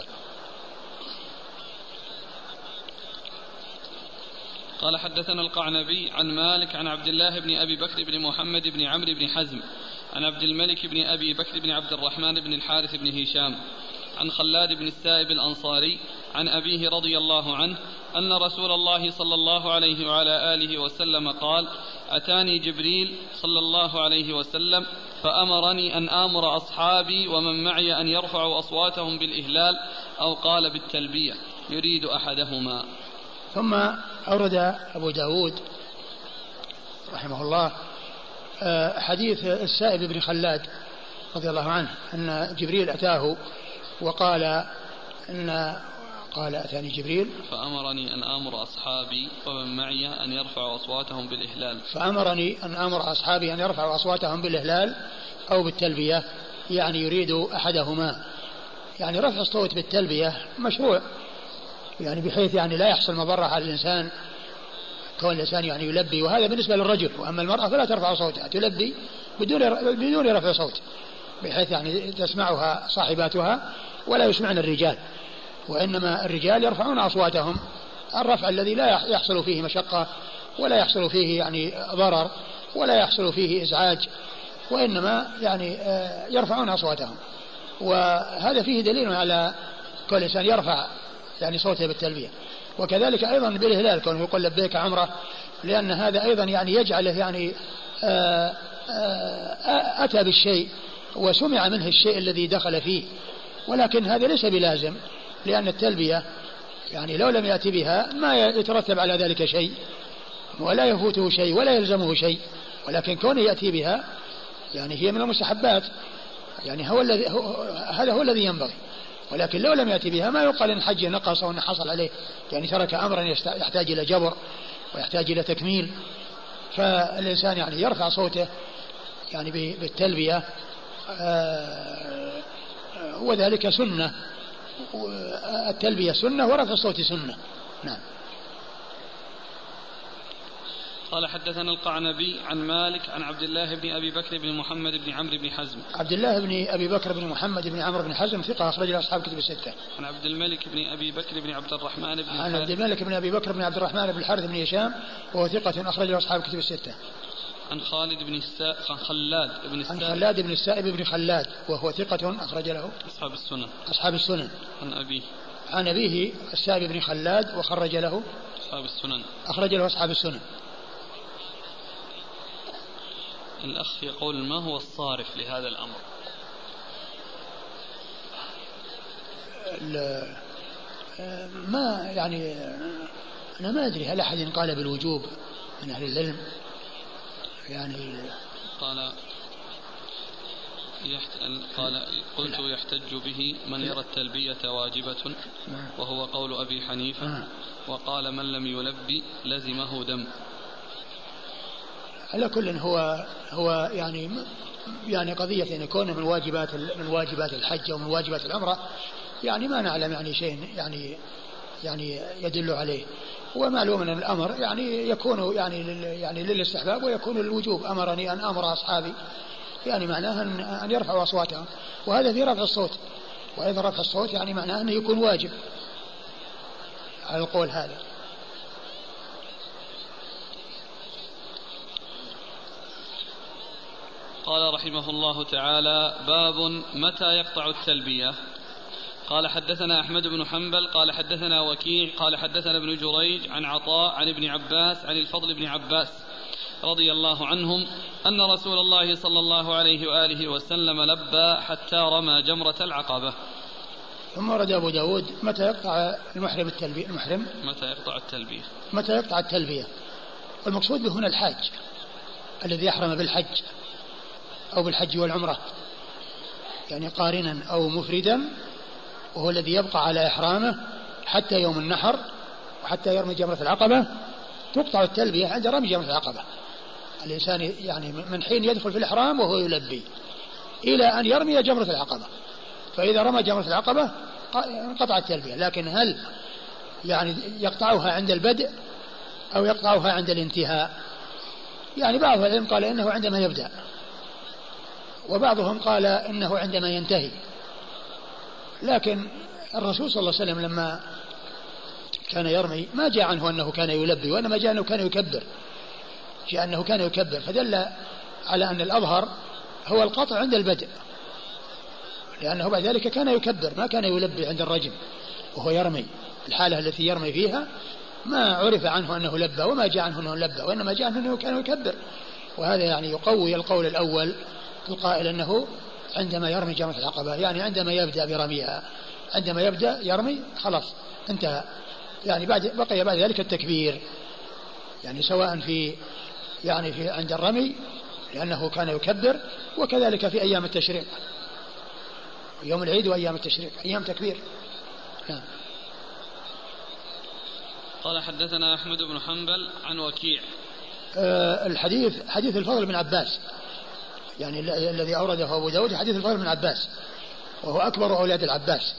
قال حدثنا القعنبي عن مالك عن عبد الله بن أبي بكر بن محمد بن عمرو بن حزم عن عبد الملك بن أبي بكر بن عبد الرحمن بن الحارث بن هشام عن خلاد بن السائب الأنصاري عن أبيه رضي الله عنه أن رسول الله صلى الله عليه وعلى آله وسلم قال: أتاني جبريل صلى الله عليه وسلم فأمرني أن آمر أصحابي ومن معي أن يرفعوا أصواتهم بالإهلال أو قال بالتلبية يريد أحدهما. ثم أورد أبو داود رحمه الله حديث السائب بن خلاد رضي الله عنه أن جبريل أتاه وقال إن قال أتاني جبريل فأمرني أن آمر أصحابي ومن معي أن يرفعوا أصواتهم بالإهلال فأمرني أن آمر أصحابي أن يرفعوا أصواتهم بالإهلال أو بالتلبية، يعني يريد أحدهما. يعني رفع الصوت بالتلبية مشروع، يعني بحيث يعني لا يحصل مضرة على الإنسان كون الإنسان يعني يلبي، وهذا بالنسبة للرجل. وأما المرأة فلا ترفع صوتها، تلبي بدون بدون رفع صوت، بحيث يعني تسمعها صاحباتها ولا يسمعن الرجال. وإنما الرجال يرفعون أصواتهم الرفع الذي لا يحصل فيه مشقة ولا يحصل فيه يعني ضرر ولا يحصل فيه إزعاج، وإنما يعني يرفعون أصواتهم. وهذا فيه دليل على كل إنسان يرفع يعني صوته بالتلبية. وكذلك أيضا بالإهلال كونه يقول لبيك عمره، لأن هذا أيضا يعني يجعله يعني أتى بالشيء وسمع منه الشيء الذي دخل فيه، ولكن هذا ليس بلازم، لأن التلبية يعني لو لم يأتي بها ما يترتب على ذلك شيء ولا يفوته شيء ولا يلزمه شيء، ولكن كونه يأتي بها يعني هي من المستحبات، يعني هو الذي هذا هو الذي ينبغي. ولكن لو لم يأتي بها ما يقال إن حج نقص أو إن حصل عليه، يعني ترك أمرا يحتاج إلى جبر ويحتاج إلى تكميل. فالإنسان يعني يرفع صوته يعني بالتلبية، وذلك سنة، التلبية سنة ورفع الصوت سنة. نعم. قال حدثنا القعنبي عن مالك عن عبد الله بن أبي بكر بن محمد بن عمرو بن حزم. عبد الله بن أبي بكر بن محمد بن عمرو بن حزم ثقة أخرج له أصحاب كتب الستة. عن عبد الملك بن أبي بكر بن عبد الرحمن بن عن عبد الملك بن أبي بكر بن عبد الرحمن بن الحارث بن هشام وهو ثقة أخرج له أصحاب كتب الستة. عن خالد بن السائب عن خلاد بن السائب عن خلاد بن السائب بن خلاد وهو ثقة أخرج له أصحاب السنن أصحاب السنن. عن أبيه عن أبيه السائب بن خلاد وخرج له أصحاب السنن أخرج له أصحاب السنن. الأخ يقول ما هو الصارف لهذا الأمر؟ ما يعني أنا ما أدري هل أحد قال بالوجوب من أهل العلم، يعني قال يحت... قال قلت يحتج به من يرى التلبية واجبة وهو قول أبي حنيفة، وقال من لم يلبي لزمه دم. على كل هو هو يعني يعني قضية أن يكون من واجبات من واجبات الحج أو من واجبات العمرة، يعني ما نعلم يعني شيء يعني يعني يدل عليه. ومعلوم أن الأمر يعني يكون يعني يعني للاستحباب ويكون للوجوب. أمرني أن أمر أصحابي يعني معناه أن يرفعوا أصواتهم، وهذا في رفع الصوت. وإذا رفع الصوت يعني معناه أنه يكون واجب على القول هذا. قال رحمه الله تعالى: باب متى يقطع التلبية. قال حدثنا أحمد بن حنبل قال حدثنا وكيع قال حدثنا ابن جريج عن عطاء عن ابن عباس عن الفضل بن عباس رضي الله عنهم أن رسول الله صلى الله عليه وآله وسلم لبى حتى رمى جمرة العقبة. ثم ورد أبو داود متى يقطع المحرم التلبية. المحرم متى يقطع التلبية متى يقطع التلبية. المقصود به هنا الحاج الذي يحرم بالحج أو بالحج والعمرة، يعني قارنا أو مفردا، وهو الذي يبقى على إحرامه حتى يوم النحر وحتى يرمي جمرة العقبة. تقطع التلبية عند رمي جمرة العقبة. الإنسان يعني من حين يدخل في الإحرام وهو يلبي إلى أن يرمي جمرة العقبة، فإذا رمى جمرة العقبة انقطع التلبية. لكن هل يعني يقطعها عند البدء أو يقطعها عند الانتهاء؟ يعني بعض العلم قال إنه عندما يبدأ، وبعضهم قال إنه عندما ينتهي. لكن الرسول صلى الله عليه وسلم لما كان يرمي ما جاء عنه أنه كان يلبي، وإنما جاء أنه كان يكبر، جاء أنه كان يكبر، فدل على أن الأظهر هو القطع عند البدء، لأنه بعد ذلك كان يكبر ما كان يلبي عند الرجم وهو يرمي. الحالة التي يرمي فيها ما عرف عنه أنه لبى وما جاء عنه أنه لبى، وإنما جاء عنه أنه كان يكبر. وهذا يعني يقوي القول الأول القائل أنه عندما يرمي جمرة العقبة، يعني عندما يبدأ برميها، عندما يبدأ يرمي خلاص انتهى. يعني بعد بقي بعد ذلك التكبير، يعني سواء في يعني في عند الرمي لأنه كان يكبر، وكذلك في أيام التشريق، يوم العيد وأيام التشريق أيام تكبير. نعم. قال حدثنا أحمد بن حنبل عن وكيع. آه الحديث حديث الفضل بن عباس، يعني الذي أورده أبو داود حديث الفضل بن عباس، وهو أكبر أولاد العباس،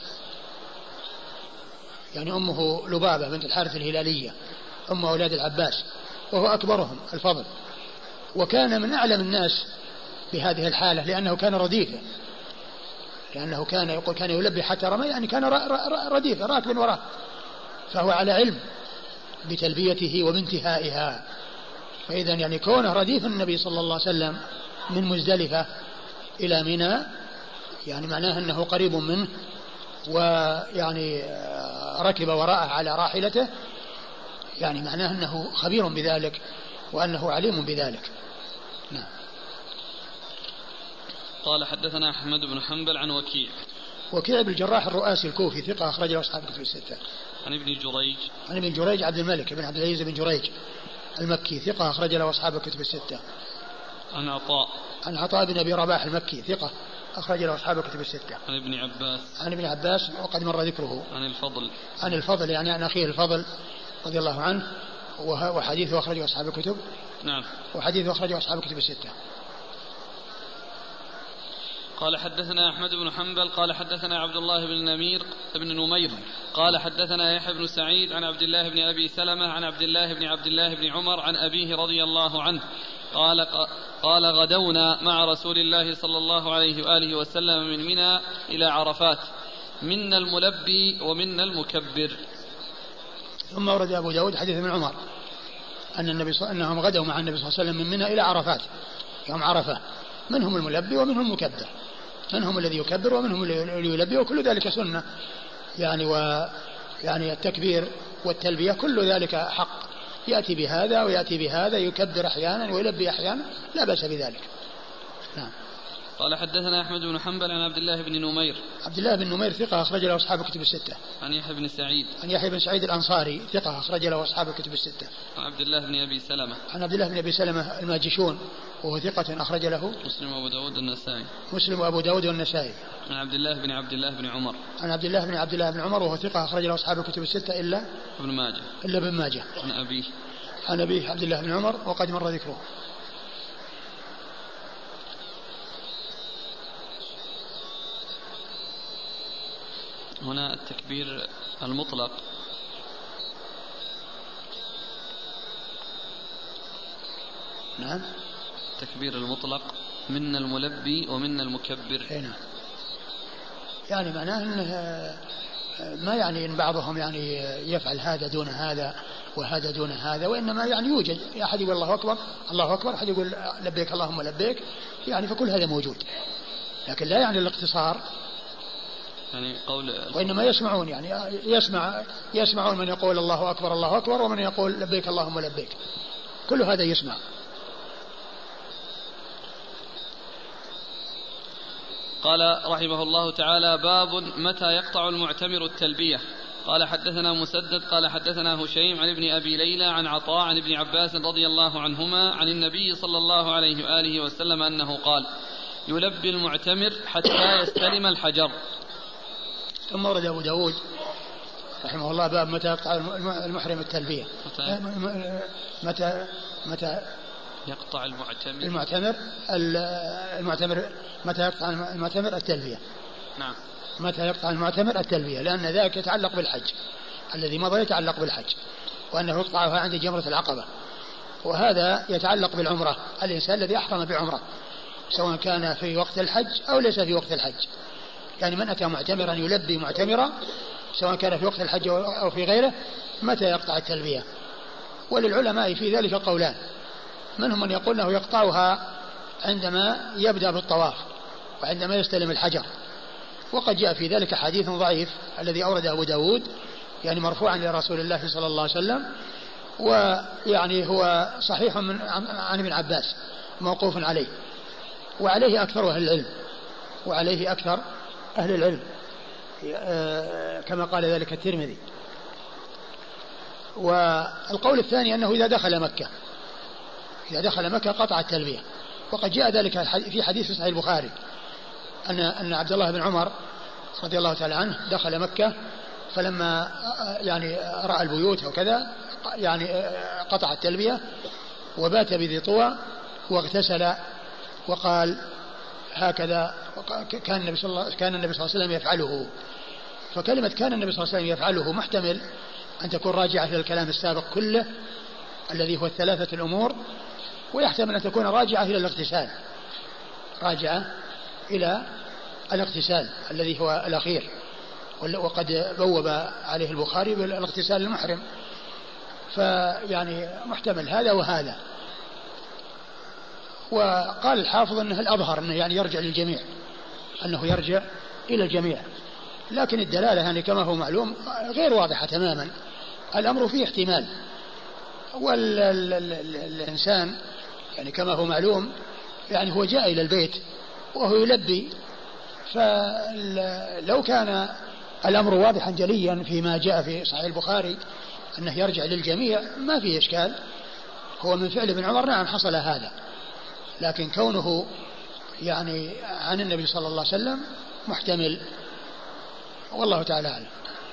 يعني أمه لبابة بنت الحارث الهلالية أم أولاد العباس، وهو أكبرهم الفضل، وكان من أعلم الناس بهذه الحالة لأنه كان رديفا، لأنه كان يقول كان يلبي حتى رمى، يعني كان رديفا راكب وراه، فهو على علم بتلبيته وبانتهائها. فإذا يعني كونه رديف النبي صلى الله عليه وسلم من مزدلفة إلى منى يعني معناه أنه قريب منه، ويعني ركب وراءه على راحلته، يعني معناه أنه خبير بذلك وأنه عليم بذلك. نعم. قال حدثنا أحمد بن حنبل عن وكيع. وكيع بن الجراح الرؤاسي الكوفي ثقة أخرج له أصحاب الكتب الستة. عن ابن جريج. عن ابن جريج عبد الملك بن عبد العزيز بن جريج المكي ثقة أخرج له أصحاب الكتب الستة. عن عطاء. عن عطاء بن أبي رباح المكي ثقة أخرج له أصحاب الكتب الستة. عن ابن عباس. عن ابن عباس وقد مر ذكره. عن الفضل. عن الفضل يعني عن أخيه الفضل رضي الله عنه، وحديثه أخرجه أصحاب الكتب. نعم. وحديثه أخرجه أصحاب الكتب الستة. قال حدثنا أحمد بن حنبل قال حدثنا عبد الله بن نمير بن نمير قال حدثنا يحيى بن سعيد عن عبد الله بن أبي سلمة عن عبد الله بن عبد الله بن عمر عن أبيه رضي الله عنه قال قال غدونا مع رسول الله صلى الله عليه وآله وسلم من منى إلى عرفات، منا الملبي ومنا المكبر. ثم ورد أبو داود حديث من عمر أن النبي صلى أنهم غدوا مع النبي صلى الله عليه وسلم من منى إلى عرفات يوم عرفة، منهم الملبي ومنهم المكبر، منهم الذي يكبر ومنهم الذي يلبي، وكل ذلك سنة يعني، ويعني التكبير والتلبية كل ذلك حق، يأتي بهذا ويأتي بهذا، يكبر أحيانا ويلبي أحيانا، لا بأس بذلك. نعم. قال حدثنا أحمد بن حنبل عن عبد الله بن نمير. عبد الله بن نمير ثقة أخرج له أصحاب الكتب الستة. عن يحيى بن سعيد. عن يحيى بن سعيد الأنصاري ثقة أخرج له أصحاب الكتب الستة. عن عبد الله بن أبي سلمة. عن عبد الله بن أبي سلمة الماجشون وهو ثقة أخرج له مسلم وأبو داود والنسائي. مسلم وأبو داود والنسائي. عن عبد الله بن عبد الله بن عمر. عن عبد الله بن عبد الله بن عمر وهو ثقة أخرج له أصحاب الكتب الستة إلا ابن ماجه. إلا ابن ماجه. عن أبيه. عن أبيه عبد الله بن عمر وقد مر ذكره. هنا التكبير المطلق نعم التكبير المطلق منا الملبي ومنا المكبر. هنا يعني معناه أنه ما يعني إن بعضهم يعني يفعل هذا دون هذا وهذا دون هذا، وإنما يعني يوجد أحد يقول الله أكبر الله أكبر، أحد يقول لبيك اللهم لبيك، يعني فكل هذا موجود، لكن لا يعني الاقتصار، يعني قول وإنما يسمعون يعني يسمع يسمعون من يقول الله أكبر الله أكبر ومن يقول لبيك اللهم لبيك، كل هذا يسمع. قال رحمه الله تعالى: باب متى يقطع المعتمر التلبية. قال حدثنا مسدد قال حدثنا هشيم عن ابن أبي ليلى عن عطاء عن ابن عباس رضي الله عنهما عن النبي صلى الله عليه وآله وسلم أنه قال: يلبي المعتمر حتى يستلم الحجر. ثم ورد أبو داود رحمه الله باب متى يقطع المحرم التلبية. متى متى, متى يقطع المعتمر المعتمر المعتمر متى يقطع المعتمر التلبية. نعم. متى يقطع المعتمر التلبية، لأن ذلك يتعلق بالحج، الذي مضى يتعلق بالحج، وأنه يقطعها عند جمرة العقبة، وهذا يتعلق بالعمرة، الإنسان الذي أحرم بعمرة سواء كان في وقت الحج أو ليس في وقت الحج، يعني من أتى معتمرا يلبي معتمرا سواء كان في وقت الحج أو في غيره متى يقطع التلبية. وللعلماء في ذلك قولان، منهم من يقول أنه يقطعها عندما يبدأ بالطواف وعندما يستلم الحجر، وقد جاء في ذلك حديث ضعيف الذي أورده أبو داود يعني مرفوعا لرسول الله صلى الله عليه وسلم، ويعني هو صحيح من عن ابن عباس موقوف عليه، وعليه أكثر أهل العلم وعليه أكثر أهل العلم كما قال ذلك الترمذي. والقول الثاني أنه إذا دخل مكة إذا دخل مكة قطع التلبية، وقد جاء ذلك في حديث صحيح البخاري أن أن عبد الله بن عمر رضي الله تعالى عنه دخل مكة فلما يعني رأى البيوت وكذا يعني قطع التلبية وبات بذي طوى واغتسل وقال هكذا كان النبي صلى الله كان النبي صلى الله عليه وسلم يفعله. فكلمة كان النبي صلى الله عليه وسلم يفعله محتمل أن تكون راجعة إلى الكلام السابق كله الذي هو الثلاثة الأمور، ويحتمل أن تكون راجعة إلى الاغتسال، راجعة إلى الاغتسال الذي هو الأخير، وقد بوب عليه البخاري بالاغتسال المحرم، فيعني محتمل هذا وهذا. وقال الحافظ أنه الأظهر أنه يعني يرجع للجميع، أنه يرجع إلى الجميع، لكن الدلالة يعني كما هو معلوم غير واضحة تماما، الأمر فيه احتمال. والإنسان يعني كما هو معلوم يعني هو جاء إلى البيت وهو يلبي، فلو كان الأمر واضحا جليا فيما جاء في صحيح البخاري أنه يرجع للجميع ما فيه إشكال، هو من فعل ابن عمر نعم حصل هذا، لكن كونه يعني عن النبي صلى الله عليه وسلم محتمل، والله تعالى أعلم.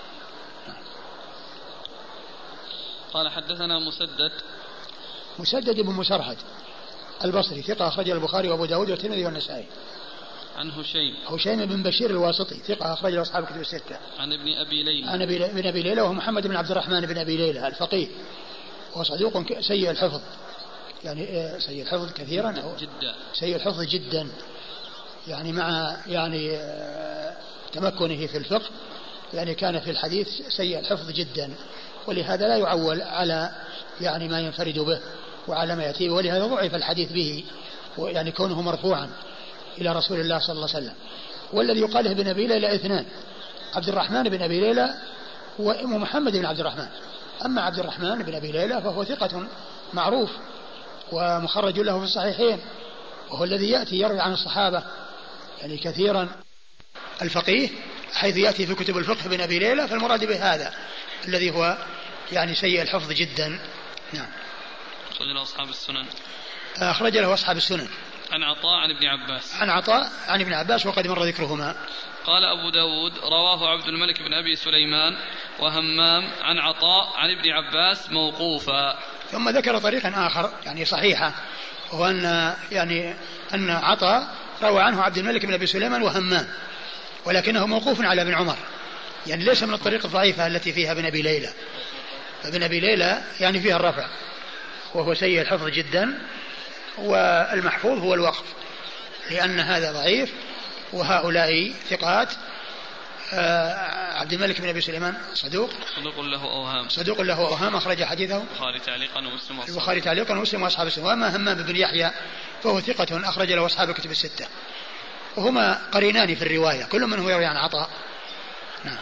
قال حدثنا مسدد مسدد بن مسرهد البصري ثقة أخرج البخاري وأبو داود والترمذي والنسائي. عن هشيم هشيم بن بشير الواسطي ثقة أخرج أصحاب الكتب الستة. عن ابن أبي ليلى عن ابن أبي ليلى وهو محمد بن عبد الرحمن بن أبي ليلى الفقيه، وصدوق سيء الحفظ، يعني سيء الحفظ كثيرا أو جدا سيء الحفظ جدا، يعني مع يعني تمكنه في الفقه يعني كان في الحديث سيء الحفظ جدا، ولهذا لا يعول على يعني ما ينفرد به وعلى ما يأتيه، ولهذا ضعف الحديث به، يعني كونه مرفوعا إلى رسول الله صلى الله عليه وسلم. والذي يقاله بن أبي ليلى اثنان، عبد الرحمن بن أبي ليلى ومحمد بن عبد الرحمن. أما عبد الرحمن بن أبي ليلى فهو ثقة معروف ومخرج له في الصحيحين، وهو الذي يأتي يروي عن الصحابة يعني كثيرا، الفقيه حيث يأتي في كتب الفقه بن أبي ليلى، فالمراد به هذا الذي هو يعني سيء الحفظ جدا. نعم. أخرج له أصحاب السنن. أخرج له أصحاب السنن. عن عطاء عن ابن عباس. عن عطاء عن ابن عباس وقد مر ذكرهما. قال أبو داود رواه عبد الملك بن أبي سليمان وهمام عن عطاء عن ابن عباس موقوفا. ثم ذكر طريقا آخر يعني صحيحة، وهو أن يعني أن عطاء روى عنه عبد الملك بن أبي سليمان وهمام، ولكنه موقوف على ابن عمر، يعني ليس من الطريق الضعيفة التي فيها ابن أبي ليلى. فابن أبي ليلى يعني فيها الرفع وهو سيء الحفظ جدا، والمحفوظ هو الوقف، لأن هذا ضعيف وهؤلاء ثقات. عبد الملك بن أبي سليمان صدوق صدوق له أوهام صدوق له أوهام أخرج حديثه البخاري تعليقا ومسلم البخاري تعليقا ومسلم وأصحاب السنة. وأما همام بن يحيى فهو ثقة أخرج له أصحاب الكتب الستة، وهما قرينان في الرواية، كل منه يروي عن عطاء. نعم.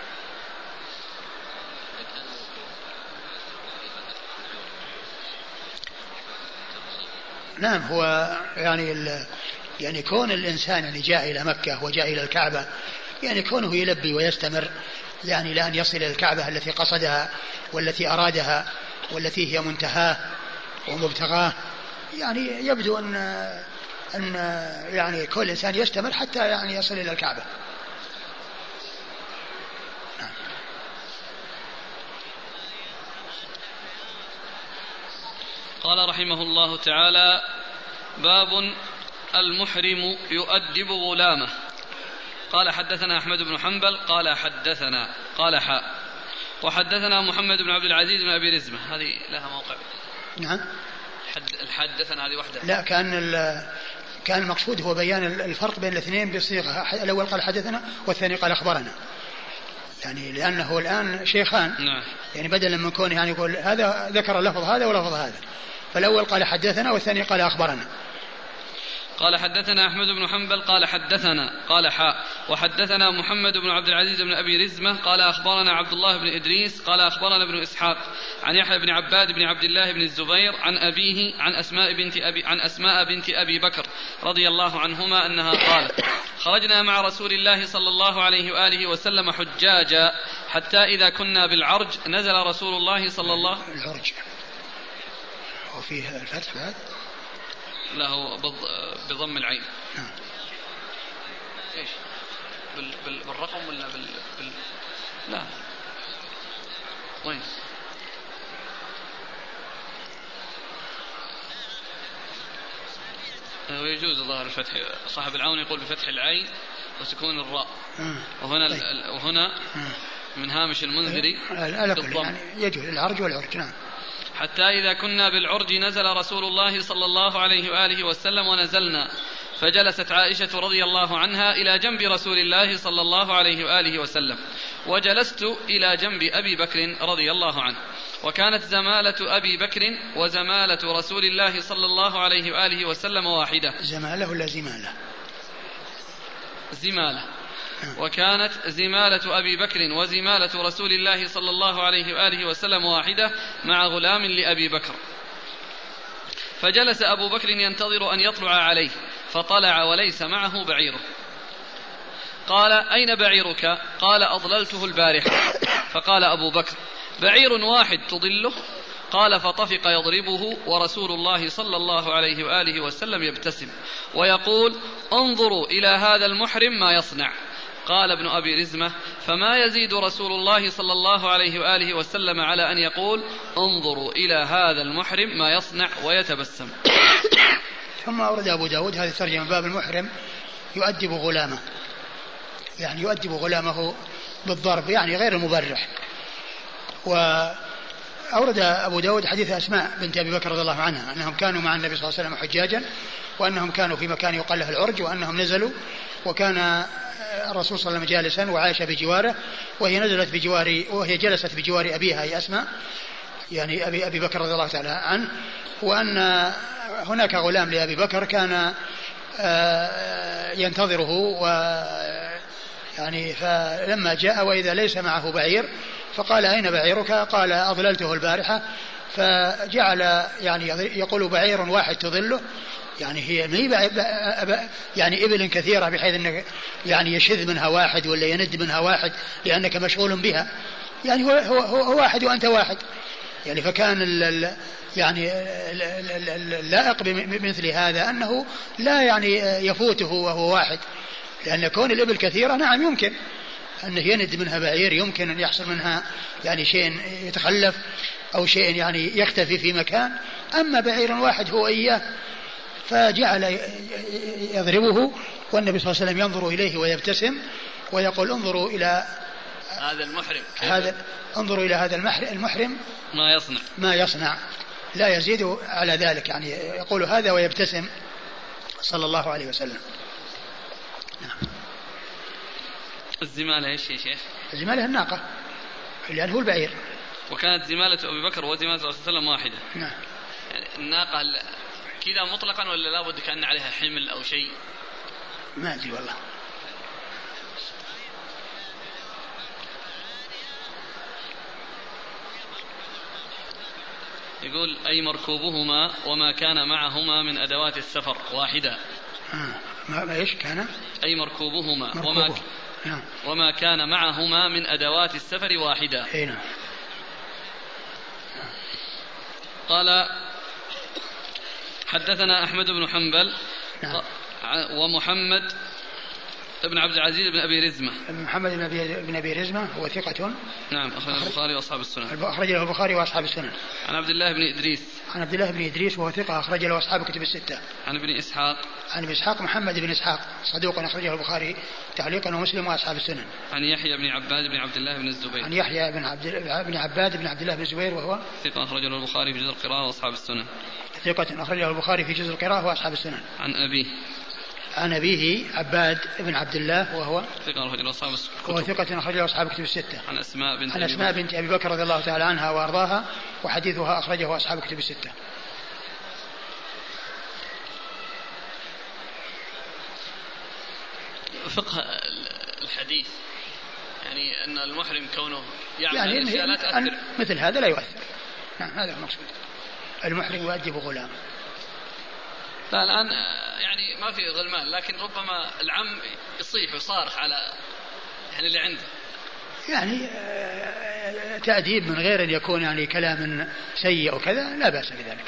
نعم هو يعني ال يعني كون الإنسان اللي جاء إلى مكة وجاء إلى الكعبة يعني كونه يلبي ويستمر يعني لأن يصل إلى الكعبة التي قصدها والتي أرادها والتي هي منتهاه ومبتغاه، يعني يبدو أن أن يعني كل إنسان يستمر حتى يعني يصل إلى الكعبة. قال رحمه الله تعالى: باب المحرم يؤدب غلامه. قال حدثنا أحمد بن حنبل قال حدثنا قال حاء وحدثنا محمد بن عبد العزيز بن أبي رزمة. هذه لها موقع. نعم. حدثنا هذه وحدة. لا، كان كان المقصود هو بيان الفرق بين الاثنين بصيغة، الأول قال حدثنا والثاني قال أخبرنا، يعني لأنه الآن شيخان. نعم. يعني بدلا من كونه يعني يقول هذا ذكر لفظ هذا ولفظ هذا، فالأول قال حدثنا والثاني قال أخبرنا. قال حدثنا أحمد بن حنبل قال حدثنا قال حاء وحدثنا محمد بن عبد العزيز بن أبي رزمة قال أخبرنا عبد الله بن إدريس قال أخبرنا ابن إسحاق عن يحيى بن عباد بن عبد الله بن الزبير عن أبيه عن أسماء بنت أبي عن أسماء بنت أبي بكر رضي الله عنهما أنها قالت: خرجنا مع رسول الله صلى الله عليه وآله وسلم حجاجا حتى إذا كنا بالعرج نزل رسول الله صلى الله العرج وفيه الفتح بعد له بضم العين. نعم. ايش بال... بال... بالرقم ولا بال... بال... لا وين ويجوز الظاهر الفتح. صاحب العون يقول بفتح العين وسكون الراء. وهنا طيب. وهنا من هامش المنذري يعني يجوز العرج والعرج. نعم. حتى إذا كنا بالعرج نزل رسول الله صلى الله عليه وآله وسلم ونزلنا، فجلست عائشة رضي الله عنها إلى جنب رسول الله صلى الله عليه وآله وسلم، وجلست إلى جنب أبي بكر رضي الله عنه، وكانت زمالة أبي بكر وزمالة رسول الله صلى الله عليه وآله وسلم واحدة. زمالة ولا زمالة؟ زمالة. وكانت زمالة أبي بكر وزمالة رسول الله صلى الله عليه وآله وسلم واحدة مع غلام لأبي بكر. فجلس أبو بكر ينتظر أن يطلع عليه، فطلع وليس معه بعيره. قال: أين بعيرك؟ قال: أضللته البارحة. فقال أبو بكر: بعير واحد تضله؟ قال: فطفق يضربه ورسول الله صلى الله عليه وآله وسلم يبتسم ويقول: انظروا إلى هذا المحرم ما يصنع. قال ابن أبي رزمة: فما يزيد رسول الله صلى الله عليه وآله وسلم على أن يقول: انظروا إلى هذا المحرم ما يصنع ويتبسم. ثم أورد أبو داود هذه الترجمة: باب المحرم يؤدب غلامه، يعني يؤدب غلامه بالضرب، يعني غير المبرح. وأورد أبو داود حديث أسماء بنت أبي بكر رضي الله عنها أنهم كانوا مع النبي صلى الله عليه وسلم حجاجا، وأنهم كانوا في مكان يقال له العرج، وأنهم نزلوا، وكان الرسول صلى الله عليه وسلم جالسا وعائشة بجواره، وهي نزلت بجوار وهي جلست بجوار أبيها أي أسماء، يعني أبي أبي بكر رضي الله تعالى عنه، وأن هناك غلام لأبي بكر كان ينتظره، و يعني فلما جاء وإذا ليس معه بعير فقال: أين بعيرك؟ قال: أضللته البارحة. فجعل يعني يقول: بعير واحد تضله، يعني هي مي يعني إبل كثيرة بحيث أنك يعني يشذ منها واحد ولا يند منها واحد لأنك مشغول بها، يعني هو, هو, هو واحد وأنت واحد، يعني فكان ال يعني اللائق بمثل هذا أنه لا يعني يفوته وهو واحد، لأن كون الإبل كثيرة نعم يمكن أنه يند منها بعير، يمكن أن يحصل منها يعني شيء يتخلف أو شيء يعني يختفي في مكان، أما بعير واحد هو إياه. فجعل يضربه، والنبي صلى الله عليه وسلم ينظر إليه ويبتسم ويقول: انظروا إلى هذا المحرم هذا انظروا إلى هذا المحرم ما يصنع ما يصنع لا يزيد على ذلك، يعني يقول هذا ويبتسم صلى الله عليه وسلم. نعم. الزمالة ايش يا شيخ؟ الزمالة الناقة، لأنه هو البعير. وكانت زمالة أبي بكر وزمالة الرسول صلى الله عليه وسلم واحدة. نعم. يعني الناقة كذا مطلقا ولا لابد كأن عليها حمل أو شيء؟ ما أدري والله. يقول: أي مركوبهما وما كان معهما من أدوات السفر واحدة. آه. ما إيش كان؟ أي مركوبهما وما, ك... نعم. وما كان معهما من أدوات السفر واحدة. نعم. قال: حدثنا أحمد بن حنبل. نعم. ومحمد ابن عبد العزيز بن أبي رزمة. محمد بن أبي, بن أبي رزمة هو ثقة. نعم. أخرج البخاري وأصحاب السنن. أخرج له البخاري وأصحاب السنن. عن عبد الله بن إدريس. عن عبد الله بن إدريس وهو ثقة أخرج له أصحاب كتب الستة. عن ابن إسحاق. عن ابن إسحاق محمد بن إسحاق صدوق أخرجه البخاري تعليقا ومسلم وأصحاب السنن. عن يحيى بن عباد بن عبد الله بن الزبير. عن يحيى بن عبد بن عباد بن عبد الله بن الزبير وهو ثقة أخرجه البخاري في جزء القراءة وأصحاب السنن. ثقة أخرجه البخاري في جزء القراءة وأصحاب السنن. عن أبيه. عن أبيه عباد بن عبد الله وهو ثقة أخرجه أصحاب الكتب. وهو ثقة أخرجه أصحاب كتب الستة. عن أسماء بنت عن أسماء بنت أبي بكر رضي الله تعالى عنها وأرضاها، وحديثها أخرجه أصحاب كتب الستة. فقه الحديث يعني أن المحرم كونه يعمل يعني أشياء لا تأثر مثل هذا لا يؤثر. نعم هذا المقصود، المحرم يؤدب غلام. لا الآن يعني ما في غلمان، لكن ربما العم يصيح ويصارخ على يعني اللي عنده، يعني تأديب من غير أن يكون يعني كلام سيء وكذا لا بأس بذلك.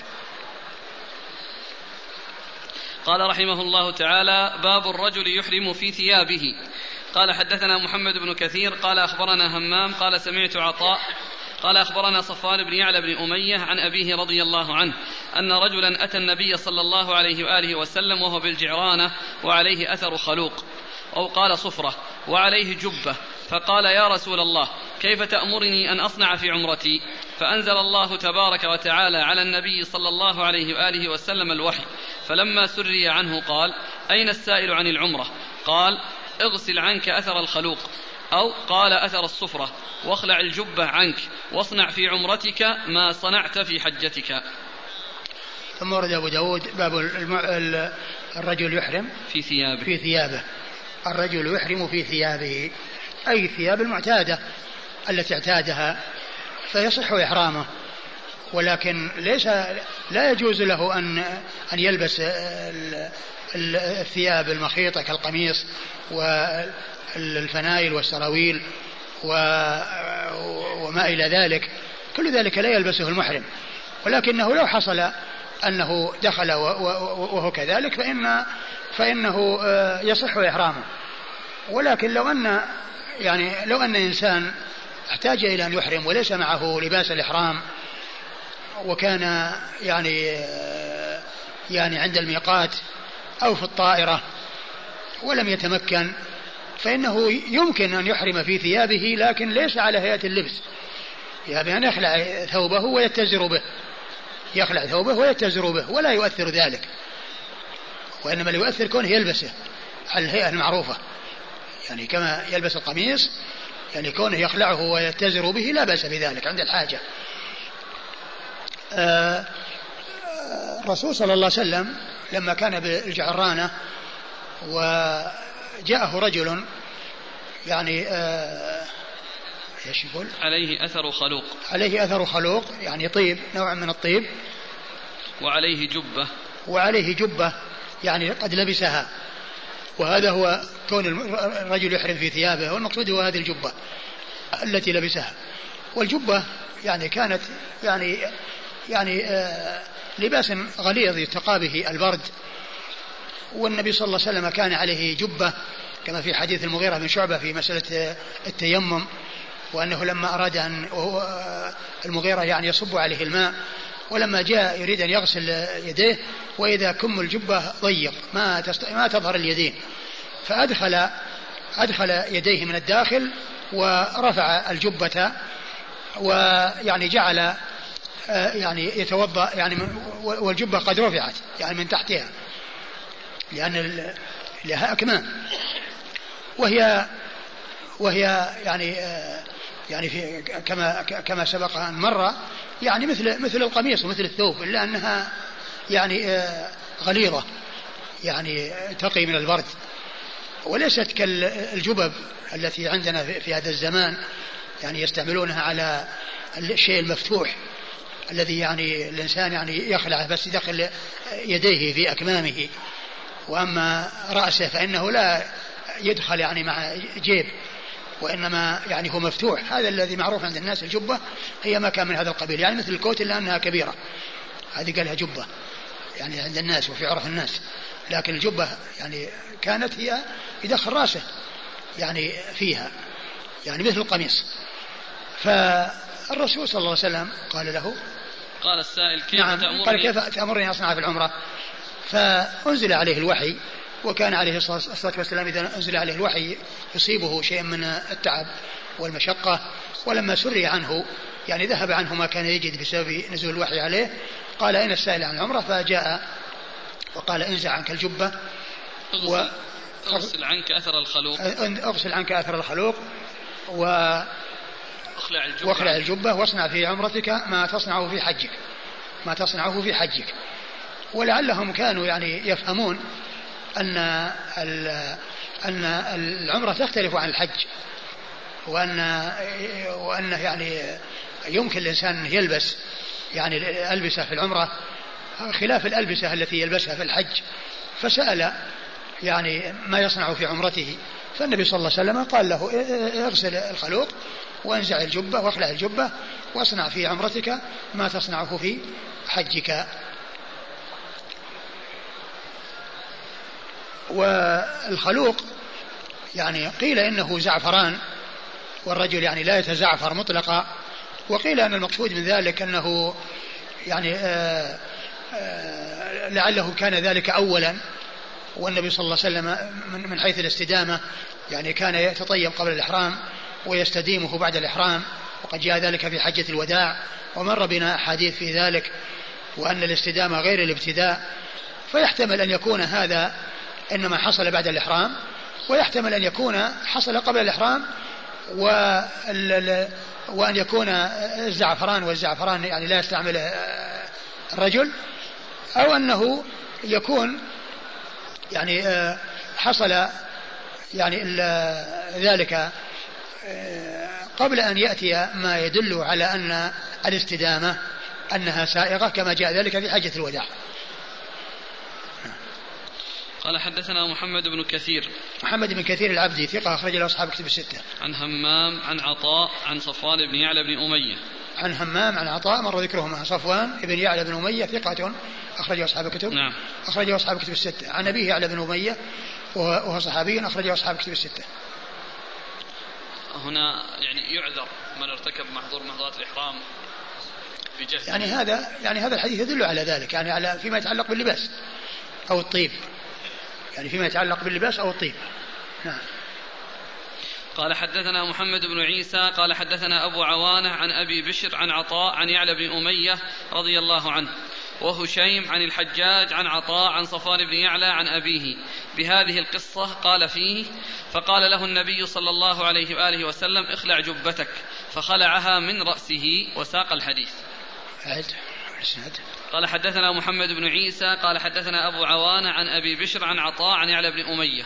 قال رحمه الله تعالى: باب الرجل يحرم في ثيابه قال حدثنا محمد بن كثير قال أخبرنا همام قال سمعت عطاء قال أخبرنا صفوان بن يعلى بن أمية عن أبيه رضي الله عنه أن رجلا أتى النبي صلى الله عليه وآله وسلم وهو بالجعرانة وعليه أثر خلوق أو قال صفرة وعليه جبة، فقال يا رسول الله كيف تأمرني أن أصنع في عمرتي؟ فأنزل الله تبارك وتعالى على النبي صلى الله عليه وآله وسلم الوحي، فلما سري عنه قال أين السائل عن العمرة؟ قال اغسل عنك أثر الخلوق، أو قال أثر الصفرة، واخلع الجبة عنك واصنع في عمرتك ما صنعت في حجتك. ثم ورد أبو داود باب الرجل يحرم في ثيابه في ثيابه الرجل يحرم في ثيابه أي ثياب المعتادة التي اعتادها فيصح إحرامه، ولكن ليس لا يجوز له أن أن يلبس الثياب المخيطة كالقميص والفنايل والسراويل وما إلى ذلك، كل ذلك لا يلبسه المحرم، ولكنه لو حصل أنه دخل وهو كذلك فإن فإنه يصح إحرامه. ولكن لو أن يعني لو أن إنسان احتاج إلى أن يحرم وليس معه لباس الإحرام وكان يعني يعني عند الميقات أو في الطائرة ولم يتمكن فإنه يمكن أن يحرم في ثيابه، لكن ليس على هيئة اللبس، يعني أن يخلع ثوبه ويتزر به يخلع ثوبه ويتزر به ولا يؤثر ذلك، وإنما يؤثر كونه يلبسه على الهيئة المعروفة، يعني كما يلبس القميص يعني كونه يخلعه ويتزر به لا بأس بذلك عند الحاجة. الرسول صلى الله عليه وسلم لما كان بالجعرانة وجاءه رجل يعني ايش يقول عليه أثر خلوق عليه أثر خلوق يعني طيب، نوع من الطيب، وعليه جبة وعليه جبة يعني قد لبسها، وهذا هو كون الرجل يحرم في ثيابه، والمقصود هو هذه الجبة التي لبسها. والجبة يعني كانت يعني يعني آه لباس غليظ يتقى به البرد، والنبي صلى الله عليه وسلم كان عليه جبة كما في حديث المغيرة بن شعبة في مسألة التيمم، وأنه لما أراد أن وهو المغيرة يعني يصب عليه الماء، ولما جاء يريد أن يغسل يديه وإذا كم الجبة ضيق ما ما تظهر اليدين، فأدخل أدخل يديه من الداخل ورفع الجبة ويعني جعل يعني يتوضأ يعني والجبة قد رفعت يعني من تحتها لأن لها أكمام، وهي وهي يعني يعني في كما كما سبق أن مر يعني مثل مثل القميص ومثل الثوب، إلا أنها يعني غليظة يعني تقي من البرد، وليست كالجبب التي عندنا في هذا الزمان يعني يستعملونها على الشيء المفتوح الذي يعني الإنسان يعني يخلع بس يدخل يديه في أكمامه، وأما رأسه فإنه لا يدخل يعني مع جيب، وإنما يعني هو مفتوح. هذا الذي معروف عند الناس الجبة هي ما كان من هذا القبيل، يعني مثل الكوت إلا أنها كبيرة، هذه قالها جبة يعني عند الناس وفي عرف الناس، لكن الجبة يعني كانت هي يدخل رأسه يعني فيها يعني مثل القميص. فالرسول صلى الله عليه وسلم قال له قال السائل كيف نعم تأمرني قال كيف تأمرني أصنع في العمرة؟ فأنزل عليه الوحي، وكان عليه الصلاة والسلام إذا أنزل عليه الوحي يصيبه شيء من التعب والمشقة، ولما سري عنه يعني ذهب عنه ما كان يجد بسبب نزول الوحي عليه، قال أين السائل عن العمرة؟ فجاء وقال انزع عنك الجبة واغسل عنك أثر الخلوق اغسل عنك أثر الخلوق و واخلع الجبة, واخلع الجبة واصنع في عمرتك ما تصنعه في حجك ما تصنعه في حجك. ولعلهم كانوا يعني يفهمون أن أن العمرة تختلف عن الحج، وأن وأنه يعني يمكن الإنسان يلبس يعني الألبسة في العمرة خلاف الألبسة التي يلبسها في الحج، فسأل يعني ما يصنع في عمرته، فالنبي صلى الله عليه وسلم قال له اغسل الخلوق وانزع الجبة واخلع الجبة واصنع في عمرتك ما تصنعه في حجك. والخلوق يعني قيل إنه زعفران والرجل يعني لا يتزعفر مطلقا، وقيل أن المقصود من ذلك أنه يعني آآ آآ لعله كان ذلك أولا، والنبي صلى الله عليه وسلم من حيث الاستدامة يعني كان يتطيب قبل الإحرام ويستديمه بعد الإحرام، وقد جاء ذلك في حجة الوداع ومر بنا أحاديث في ذلك، وأن الاستدامة غير الابتداء، فيحتمل أن يكون هذا إنما حصل بعد الإحرام، ويحتمل أن يكون حصل قبل الإحرام، وأن يكون الزعفران والزعفران يعني لا يستعمله الرجل، أو أنه يكون يعني حصل يعني ذلك قبل أن يأتي ما يدل على أن الاستدامة أنها سائغة كما جاء ذلك في حجة الوداع. قال حدثنا محمد بن كثير. محمد بن كثير العبدي ثقة أخرج له أصحاب كتب الستة. عن همام عن عطاء عن صفوان بن يعلى بن أمية. عن همام عن عطاء مر ذكرهما. صفوان بن يعلى بن أمية ثقة أخرج أصحاب الكتب. نعم. أخرج أصحاب كتب الستة. عن أبيه يعلى بن أمية وهو صحابي أخرج أصحاب كتب الستة. هنا يعني يعذر من ارتكب محظور محظورات الإحرام بجهل. يعني هذا يعني هذا الحديث يدل على ذلك، يعني على فيما يتعلق باللباس أو الطيب، يعني فيما يتعلق باللباس أو الطيب. نعم. قال حدثنا محمد بن عيسى قال حدثنا أبو عوانة عن أبي بشر عن عطاء عن يعلى بن أمية رضي الله عنه، وهشيم عن الحجاج عن عطاء عن صفوان بن يعلى عن أبيه بهذه القصة. قال فيه: فقال له النبي صلى الله عليه وآله وسلم: اخلع جبتك، فخلعها من رأسه، وساق الحديث. قال حدثنا محمد بن عيسى قال حدثنا أبو عوانة عن أبي بشر عن عطاء عن يعلى بن أمية،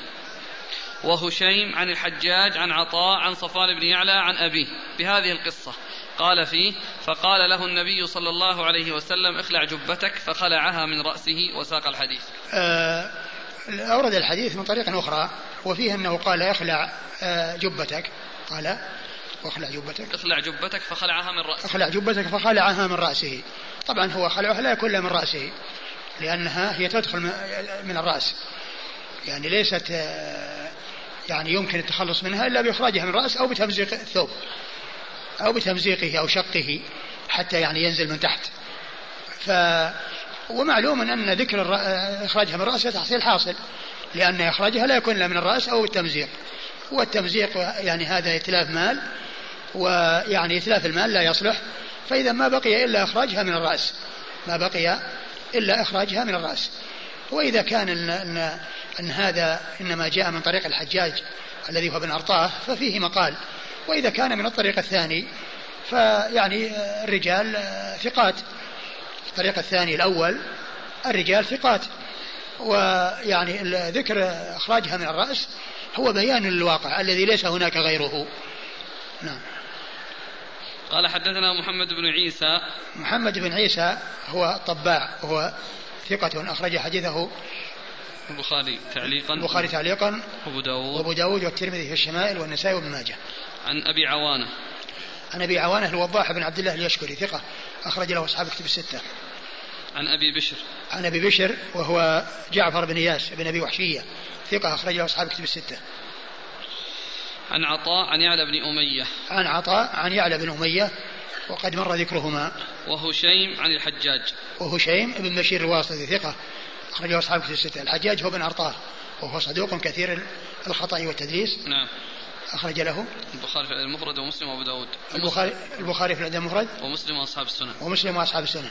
وهشيم عن الحجاج عن عطاء عن صفوان بن يعلى عن أبيه بهذه القصة. قال فيه: فقال له النبي صلى الله عليه وسلم: اخلع جبتك، فخلعها من رأسه، وساق الحديث. آه أورد الحديث من طريق أخرى وفيه أنه قال: اخلع آه جبتك، قال واخلع جبتك اخلع جبتك فخلعها من رأسه اخلع جبتك فخلعها من رأسه. طبعا هو خلعها لا يكون من رأسه، لأنها هي تدخل من الرأس، يعني ليست يعني يمكن التخلص منها إلا بإخراجها من الرأس أو بتمزيق الثوب أو بتمزيقه أو شقه حتى يعني ينزل من تحت. ف ومعلوم أن ذكر إخراجها من الرأس تحصيل حاصل، لأن إخراجها لا يكون إلا من الرأس أو التمزيق، والتمزيق يعني هذا إتلاف مال، ويعني إتلاف المال لا يصلح، فإذا ما بقي إلا إخراجها من الرأس، ما بقي إلا إخراجها من الرأس. وإذا كان إن, إن, إن هذا إنما جاء من طريق الحجاج الذي هو بن أرطاه ففيه مقال، وإذا كان من الطريق الثاني فيعني الرجال ثقات. الطريق الثاني الأول الرجال ثقات، ويعني ذكر إخراجها من الرأس هو بيان للواقع الذي ليس هناك غيره. نعم. قال حدثنا محمد بن عيسى. محمد بن عيسى هو الطباع وهو ثقة أخرج حديثه البخاري تعليقا البخاري تعليقا وأبو داود وأبو داود والترمذي في الشمائل والنسائي وابن ماجه. عن أبي عوانة. عن أبي عوانة الوضاح بن عبد الله اليشكري ثقة أخرج له أصحاب كتب الستة. عن أبي بشر. عن أبي بشر وهو جعفر بن إياس بن أبي وحشية ثقة أخرج له أصحاب كتب الستة. عن عطاء عن يعلى بن أمية. عن عطاء عن يعلى بن أمية وقد مر ذكرهما. وهشيم عن الحجاج. وهشيم بن بشير الواسطي ثقة أخرجه أصحاب كتب الستة. الحجاج هو بن أرطاه وهو صدوق كثير الخطأ والتدليس. نعم. أخرج له البخاري في المفرد ومسلم وأبو داود. البخاري البخاري في الأدب المفرد ومسلم وأصحاب السنن. ومسلم وأصحاب السنن.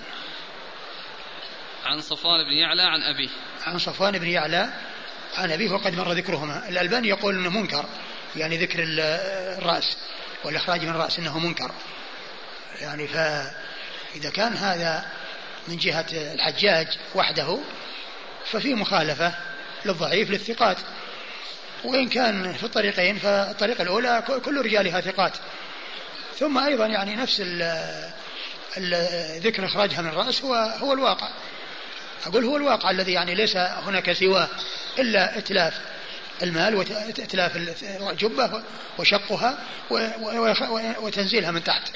عن صفوان بن يعلى عن أبيه. عن صفوان بن يعلى عن أبيه وقد مر ذكرهما. الألباني يقول إنه منكر، يعني ذكر الرأس والإخراج من الرأس إنه منكر، يعني فإذا كان هذا من جهة الحجاج وحده ففي مخالفة للضعيف للثقات، وإن كان في الطريقين فالطريقة الأولى كل رجالها ثقات. ثم أيضا يعني نفس ذكر إخراجها من الرأس هو هو الواقع، أقول هو الواقع الذي يعني ليس هناك سواه إلا إتلاف المال وإتلاف الجبة وشقها وتنزيلها من تحت.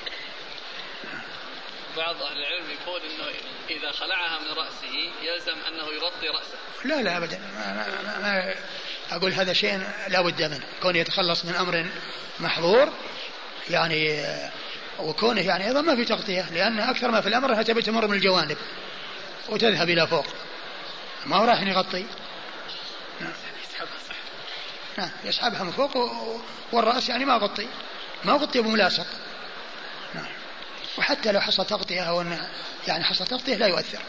بعض أهل العلم يقول إنه إذا خلعها من رأسه يلزم أنه يغطي رأسه. لا لا أبدا، ما, ما, ما أقول هذا شيء لا بد منه، كون يتخلص من أمر محظور يعني، وكونه يعني أيضا ما في تغطية، لأن أكثر ما في الأمر أنها تبي تمر من الجوانب وتذهب إلى فوق، ما هو راح يغطي. نعم يسحبها من فوق، والرأس يعني ما غطي، ما غطي بملاصق. نعم. وحتى لو حصل تغطية أو يعني حصل تغطية لا يؤثر.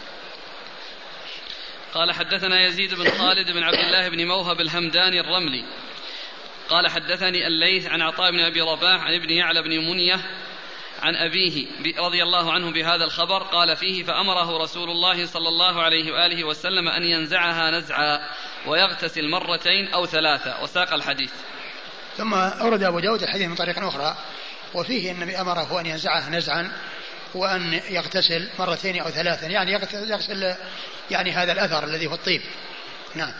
قال حدثنا يزيد بن خالد بن عبد الله بن موهب الهمداني الرملي قال حدثني الليث عن عطاء بن أبي رباح عن ابن يعلى بن منية عن أبيه رضي الله عنه بهذا الخبر، قال فيه: فأمره رسول الله صلى الله عليه وآله وسلم أن ينزعها نزعا ويغتسل مرتين أو ثلاثة، وساق الحديث. ثم أورد أبو داود الحديث من طريق أخرى وفيه النبي أمره أن ينزعها نزعا وأن يغتسل مرتين أو ثلاثا، يعني يغسل يعني هذا الأثر الذي هو الطيب. نعم.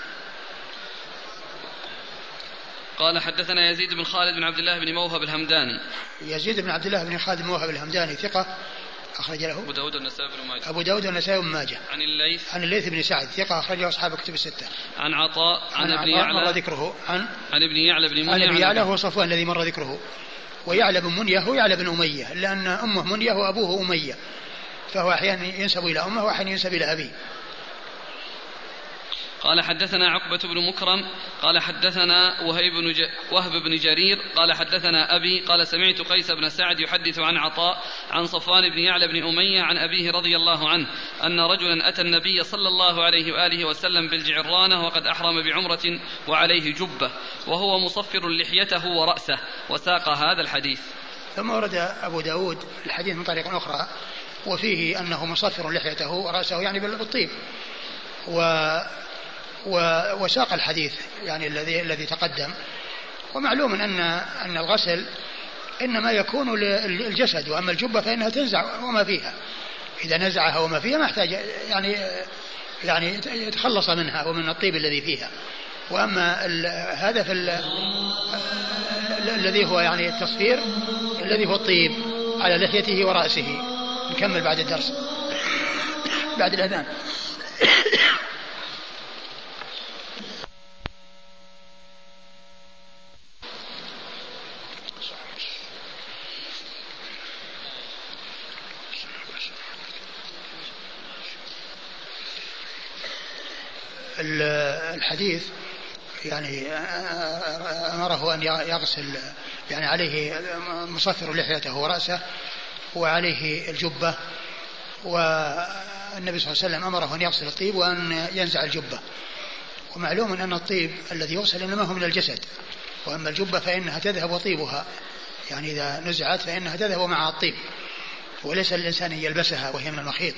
قال حدثنا يزيد بن خالد بن عبد الله بن موهب الهمداني. يزيد بن عبد الله بن خالد بن موهب الهمداني ثقة أخرج له أبو داود والنسائي بن ماجه. أبو داود والنسائي بن ماجه. عن الليث عن الليث بن سعد ثقة أخرجه أصحاب كتب الستة. عن عطاء عن, عن ابن يعلى مر ذكره عن عن ابن يعلى بن منية. عن ابن يعلى هو صفوان الذي مر ذكره، ويعلى بن منية هو يعلى بن أمية، لأن أمه منية وأبوه أمية، فهو أحيانا ينسب إلى أمه وأحيانا ينسب إلى أبيه. قال حدثنا عقبة بن مكرم قال حدثنا وهيب بن ج... وهب بن جرير قال حدثنا أبي قال سمعت قيس بن سعد يحدث عن عطاء عن صفوان بن يعلى بن أمية عن أبيه رضي الله عنه أن رجلا أتى النبي صلى الله عليه وآله وسلم بالجعرانة وقد أحرم بعمرة وعليه جبة وهو مصفر لحيته ورأسه، وساق هذا الحديث. ثم ورد أبو داود الحديث من طريق أخرى وفيه أنه مصفر لحيته ورأسه يعني بالطيب، و وساق الحديث يعني الذي الذي تقدم. ومعلوم أن أن الغسل إنما يكون للجسد، وأما الجبة فإنها تنزع وما فيها، إذا نزعها وما فيها ما يحتاج يعني يعني يتخلص منها ومن الطيب الذي فيها. وأما هذا في الذي هو يعني التصفير الذي هو الطيب على لحيته ورأسه. نكمل بعد الدرس بعد الأذان. الحديث يعني أمره أن يغسل يعني عليه مصفر لحيته ورأسه وعليه الجبة، والنبي صلى الله عليه وسلم أمره أن يغسل الطيب وأن ينزع الجبة. ومعلوم أن الطيب الذي يغسل إنما هو من الجسد، وأما الجبة فإنها تذهب وطيبها يعني إذا نزعت فإنها تذهب مع الطيب، وليس للإنسان يلبسها وهي من المخيط.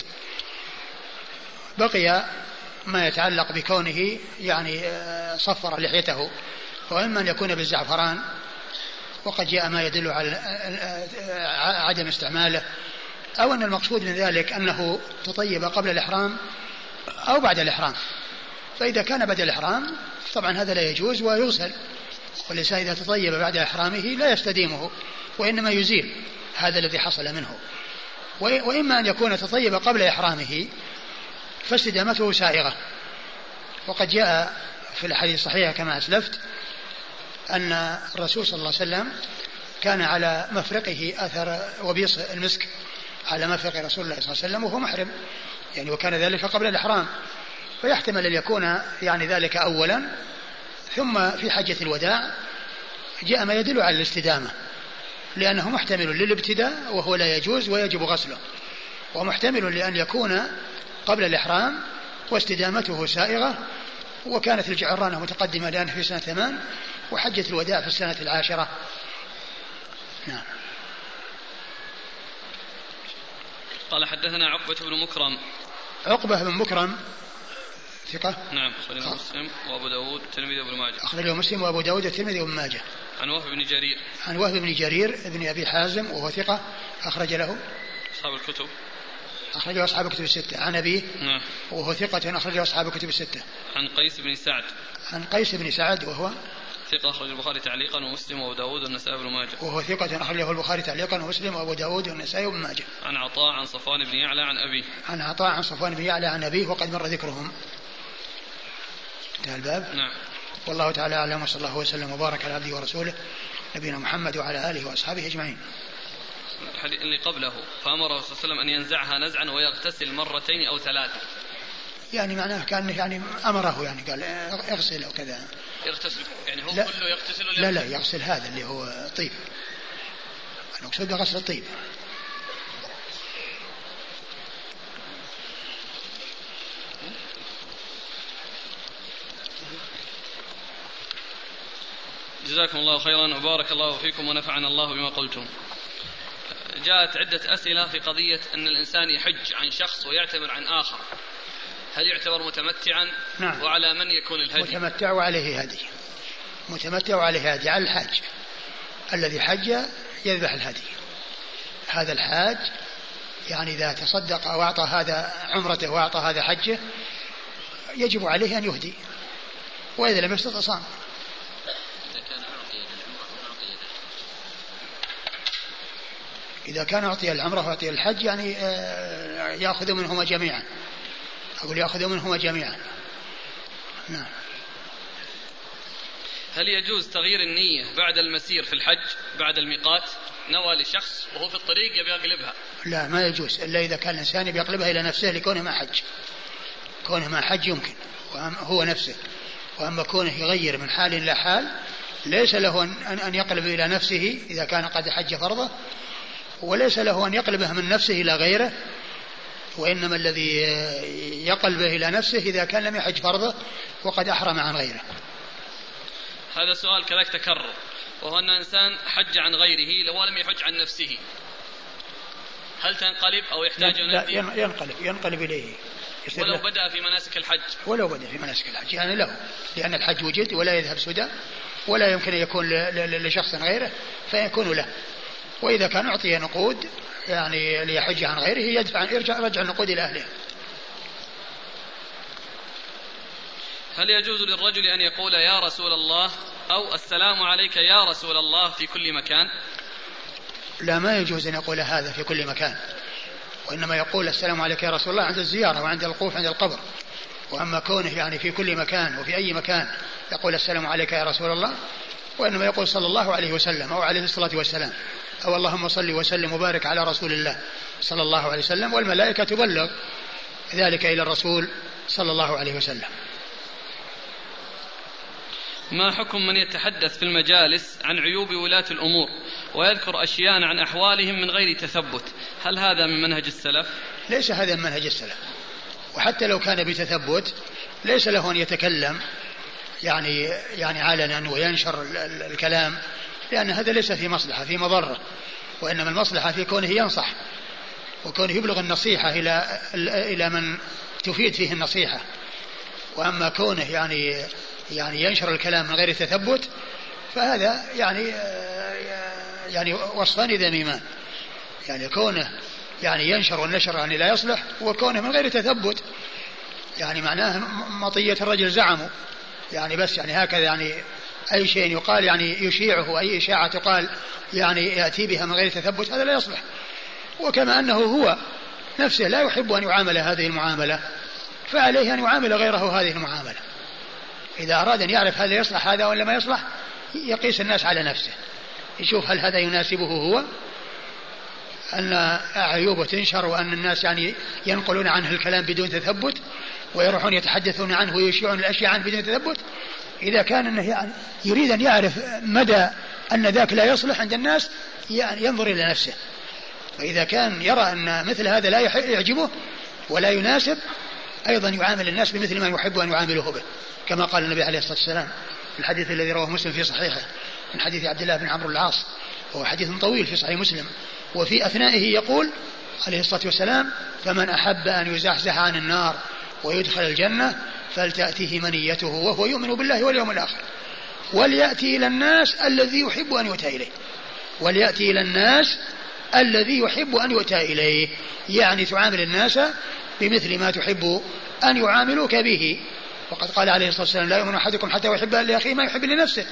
بقي ما يتعلق بكونه يعني صفر لحيته، وإما أن يكون بالزعفران، وقد جاء ما يدل على عدم استعماله، أو أن المقصود من ذلك أنه تطيب قبل الإحرام أو بعد الإحرام. فإذا كان بعد الإحرام طبعا هذا لا يجوز ويغسل، والإنسان إذا تطيب بعد إحرامه لا يستديمه وإنما يزيل هذا الذي حصل منه. وإما أن يكون تطيب قبل إحرامه فاستدامته سائغة، وقد جاء في الحديث الصحيح كما أسلفت أن الرسول صلى الله عليه وسلم كان على مفرقه أثر وبيص المسك على مفرق رسول الله صلى الله عليه وسلم وهو محرم يعني، وكان ذلك قبل الإحرام، فيحتمل أن يكون يعني ذلك أولا، ثم في حجة الوداع جاء ما يدل على الاستدامة، لأنه محتمل للابتداء وهو لا يجوز ويجب غسله، ومحتمل لأن يكون قبل الإحرام واستدامته سائغة، وكانت الجعرانة متقدمة الآن في سنة ثمان وحجة الوداع في السنة العاشرة. نعم. قال حدثنا عقبة بن مكرم. عقبة بن مكرم ثقة. نعم أخرجه مسلم وأبو داود والترمذي وابن ماجه. أخرجه مسلم وأبو داود والترمذي وابن ماجه. عن وهب بن جرير. عن وهب بن جرير ابن أبي حازم وهو ثقة أخرج له أصحاب الكتب. أخرجه أصحاب الكتب الستة. عن أبيه نعم وهو ثقة أخرجه أصحاب الكتب الستة. عن قيس بن سعد. عن قيس بن سعد وهو ثقة أخرج البخاري تعليقا ومسلم وأبو داود والنسائي وابن ماجه. وهو ثقة أخرجه البخاري تعليقا ومسلم وأبو داود والنسائي وابن ماجه. عن عطاء عن صفوان بن يعلى عن أبيه. عن عطاء عن صفوان بن يعلى عن أبيه وقد مر ذكرهم. انتهى الباب. نعم. والله تعالى أعلم، وصلى الله وسلم وبارك على عبده ورسوله نبينا محمد وعلى آله وأصحابه أجمعين. اللي قبله فأمره صلى الله عليه وسلم أن ينزعها نزعا ويغتسل مرتين أو ثلاثة، يعني معناه كان يعني أمره، يعني قال اغسل أو كذا. يغتسل يعني هو لا كله يغتسل ولا لا لا يغسل هذا اللي هو طيب، المقصود غسل الطيب. جزاكم الله خيرا وبارك الله فيكم ونفعنا الله بما قلتم. جاءت عدة أسئلة في قضية أن الإنسان يحج عن شخص ويعتمر عن آخر، هل يعتبر متمتعا؟ نعم. وعلى من يكون الهدي؟ متمتع وعليه هدي، متمتع وعليه هدي على الحاج الذي حج يذبح الهدي. هذا الحاج يعني إذا تصدق أو أعطى هذا عمرته وأعطى هذا حجه يجب عليه أن يهدي، وإذا لم يستطع صام. إذا كان أعطي العمرة وأعطي الحج يعني يأخذ منهما جميعا، أقول يأخذ منهما جميعا. نعم. هل يجوز تغيير النية بعد المسير في الحج بعد الميقات؟ نوى لشخص وهو في الطريق يبي يقلبها. لا، ما يجوز إلا إذا كان الإنسان يقلبها إلى نفسه لكونه ما حج. كونه ما حج يمكن هو نفسه، وأما كونه يغير من حال إلى حال ليس له أن يقلب إلى نفسه إذا كان قد حج فرضه، وليس له أن يقلبه من نفسه إلى غيره، وإنما الذي يقلبه إلى نفسه إذا كان لم يحج فرضه وقد أحرم عن غيره. هذا سؤال كذلك تكرر، وهو أن إنسان حج عن غيره لو لم يحج عن نفسه، هل تنقلب أو يحتاج أن لا ينقلب ينقلب إليه ولو بدأ في مناسك الحج؟ ولو بدأ في مناسك الحج يعني له، لأن الحج وجد ولا يذهب سدى ولا يمكن أن يكون لشخص غيره فيكون له. وإذا كان أعطي نقود يعني ليحج عن غيره يدفع يرجع رجع النقود إلى أهله. هل يجوز للرجل أن يقول يا رسول الله أو السلام عليك يا رسول الله في كل مكان؟ لا، ما يجوز أن يقول هذا في كل مكان، وإنما يقول السلام عليك يا رسول الله عند الزيارة وعند الوقوف عند القبر. وأما كونه يعني في كل مكان وفي أي مكان يقول السلام عليك يا رسول الله، وإنما يقول صلى الله عليه وسلم أو عليه الصلاة والسلام أو اللهم صل وسلم وبارك على رسول الله صلى الله عليه وسلم، والملائكة تبلغ ذلك إلى الرسول صلى الله عليه وسلم. ما حكم من يتحدث في المجالس عن عيوب ولاة الأمور ويذكر أشياء عن أحوالهم من غير تثبت؟ هل هذا من منهج السلف؟ ليس هذا من منهج السلف، وحتى لو كان بتثبت ليس له أن يتكلم يعني يعني علنا وينشر الكلام، لأن هذا ليس في مصلحة، في مضرة، وإنما المصلحة في كونه ينصح وكونه يبلغ النصيحة إلى إلى من تفيد فيه النصيحة. وأما كونه يعني يعني ينشر الكلام من غير تثبت فهذا يعني يعني وصفان ذميمان، يعني كونه يعني ينشر والنشر يعني لا يصلح، وكونه من غير تثبت يعني معناه مطية الرجل زعمه، يعني بس يعني هكذا يعني أي شيء يقال يعني يشيعه وأي إشاعة تقال يعني يأتي بها من غير تثبت، هذا لا يصلح. وكما أنه هو نفسه لا يحب أن يعامل هذه المعاملة فعليه أن يعامل غيره هذه المعاملة. إذا أراد أن يعرف هذا يصلح هذا ولا ما يصلح يقيس الناس على نفسه، يشوف هل هذا يناسبه هو أن عيوبه تنشر وأن الناس يعني ينقلون عنه الكلام بدون تثبت ويروحون يتحدثون عنه ويشيعون الأشياء عنه بدون تثبت. إذا كان أنه يعني يريد أن يعرف مدى أن ذاك لا يصلح عند الناس يعني ينظر إلى نفسه، وإذا كان يرى أن مثل هذا لا يعجبه ولا يناسب أيضا يعامل الناس بمثل ما يحب أن يعامله به، كما قال النبي عليه الصلاة والسلام في الحديث الذي رواه مسلم في صحيحه من حديث عبد الله بن عمرو العاص، وهو حديث طويل في صحيح مسلم، وفي أثنائه يقول عليه الصلاة والسلام فمن أحب أن يزحزح عن النار ويدخل الجنة فلتأتيه منيته وهو يؤمن بالله واليوم الآخر وليأتي إلى الناس الذي يحب أن يؤتى إليه، وليأتي إلى الناس الذي يحب أن يؤتى إليه، يعني تعامل الناس بمثل ما تحب أن يعاملوك به. وقد قال عليه الصلاة والسلام لا يؤمن أحدكم حتى يحب لأخيه ما يحب لنفسه.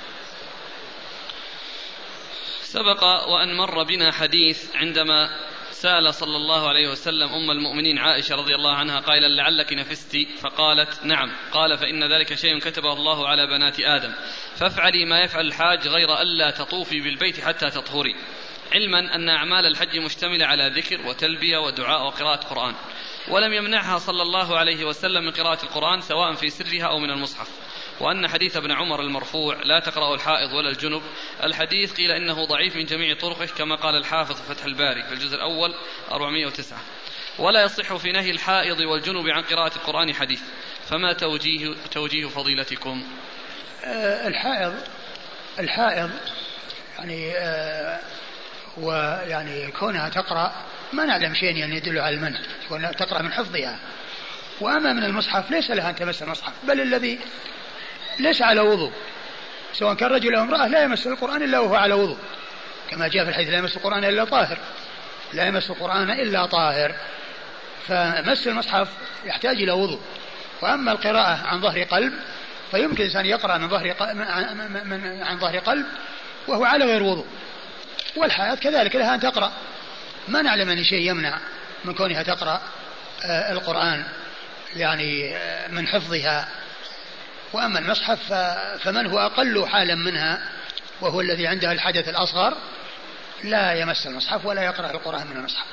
سبق وأن مر بنا حديث عندما سأل صلى الله عليه وسلم أم المؤمنين عائشة رضي الله عنها قائلا لعلك نفست؟ فقالت نعم. قال فإن ذلك شيء كتبه الله على بنات آدم، فافعلي ما يفعل الحاج غير ألا تطوفي بالبيت حتى تطهري، علما أن أعمال الحج مشتملة على ذكر وتلبية ودعاء وقراءة قرآن، ولم يمنعها صلى الله عليه وسلم من قراءة القرآن سواء في سرها أو من المصحف. وأن حديث ابن عمر المرفوع لا تقرأ الحائض ولا الجنب، الحديث قيل إنه ضعيف من جميع طرقه كما قال الحافظ في فتح الباري في الجزء الأول أربعمائة وتسعة، ولا يصح في نهي الحائض والجنب عن قراءة القرآن حديث، فما توجيه, توجيه فضيلتكم؟ أه الحائض الحائض يعني أه ويعني كونها تقرأ ما نعلم شيء يعني يدل على المنع، كونها تقرأ من حفظها. وأما من المصحف ليس لها أن تمس المصحف، بل الذي ليس على وضوء سواء كان رجل أو امرأة لا يمس القرآن إلا وهو على وضوء، كما جاء في الحديث لا يمس القرآن إلا طاهر، لا يمس القرآن إلا طاهر. فمس المصحف يحتاج إلى وضوء. وأما القراءة عن ظهر قلب فيمكن الإنسان يقرأ من ظهر عن ظهر قلب وهو على غير وضوء. والحائض كذلك لها أن تقرأ، ما نعلم أن شيء يمنع من كونها تقرأ القرآن يعني من حفظها. وأما المصحف فمن هو أقل حالا منها وهو الذي عنده الحدث الأصغر لا يمس المصحف ولا يقرأ القرآن من المصحف.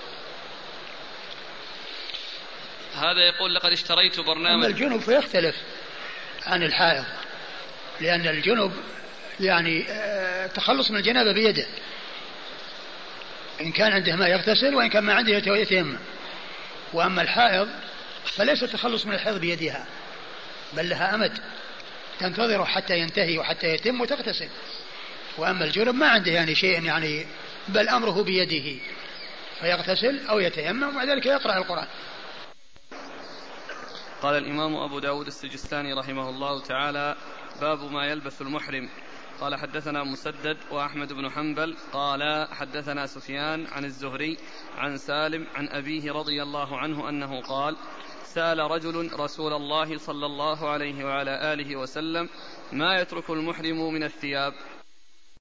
هذا يقول لقد اشتريت برنامج. أما الجنب فيختلف عن الحائض، لأن الجنب يعني تخلص من الجنابة بيده، إن كان عنده ما يغتسل وإن كان ما عنده يتيمم. وأما الحائض فليس التخلص من الحيض بيدها، بل لها أمد تنتظره حتى ينتهي وحتى يتم وتغتسل. وأما الجنب ما عنده يعني شيء يعني، بل أمره بيده، فيغتسل أو يتيمم ومع ذلك يقرأ القرآن. قال الإمام أبو داود السجستاني رحمه الله تعالى: باب ما يلبث المحرم. قال حدثنا مسدد وأحمد بن حنبل قال حدثنا سفيان عن الزهري عن سالم عن أبيه رضي الله عنه أنه قال: سأل رجل رسول الله صلى الله عليه وعلى آله وسلم: ما يترك المحرم من الثياب؟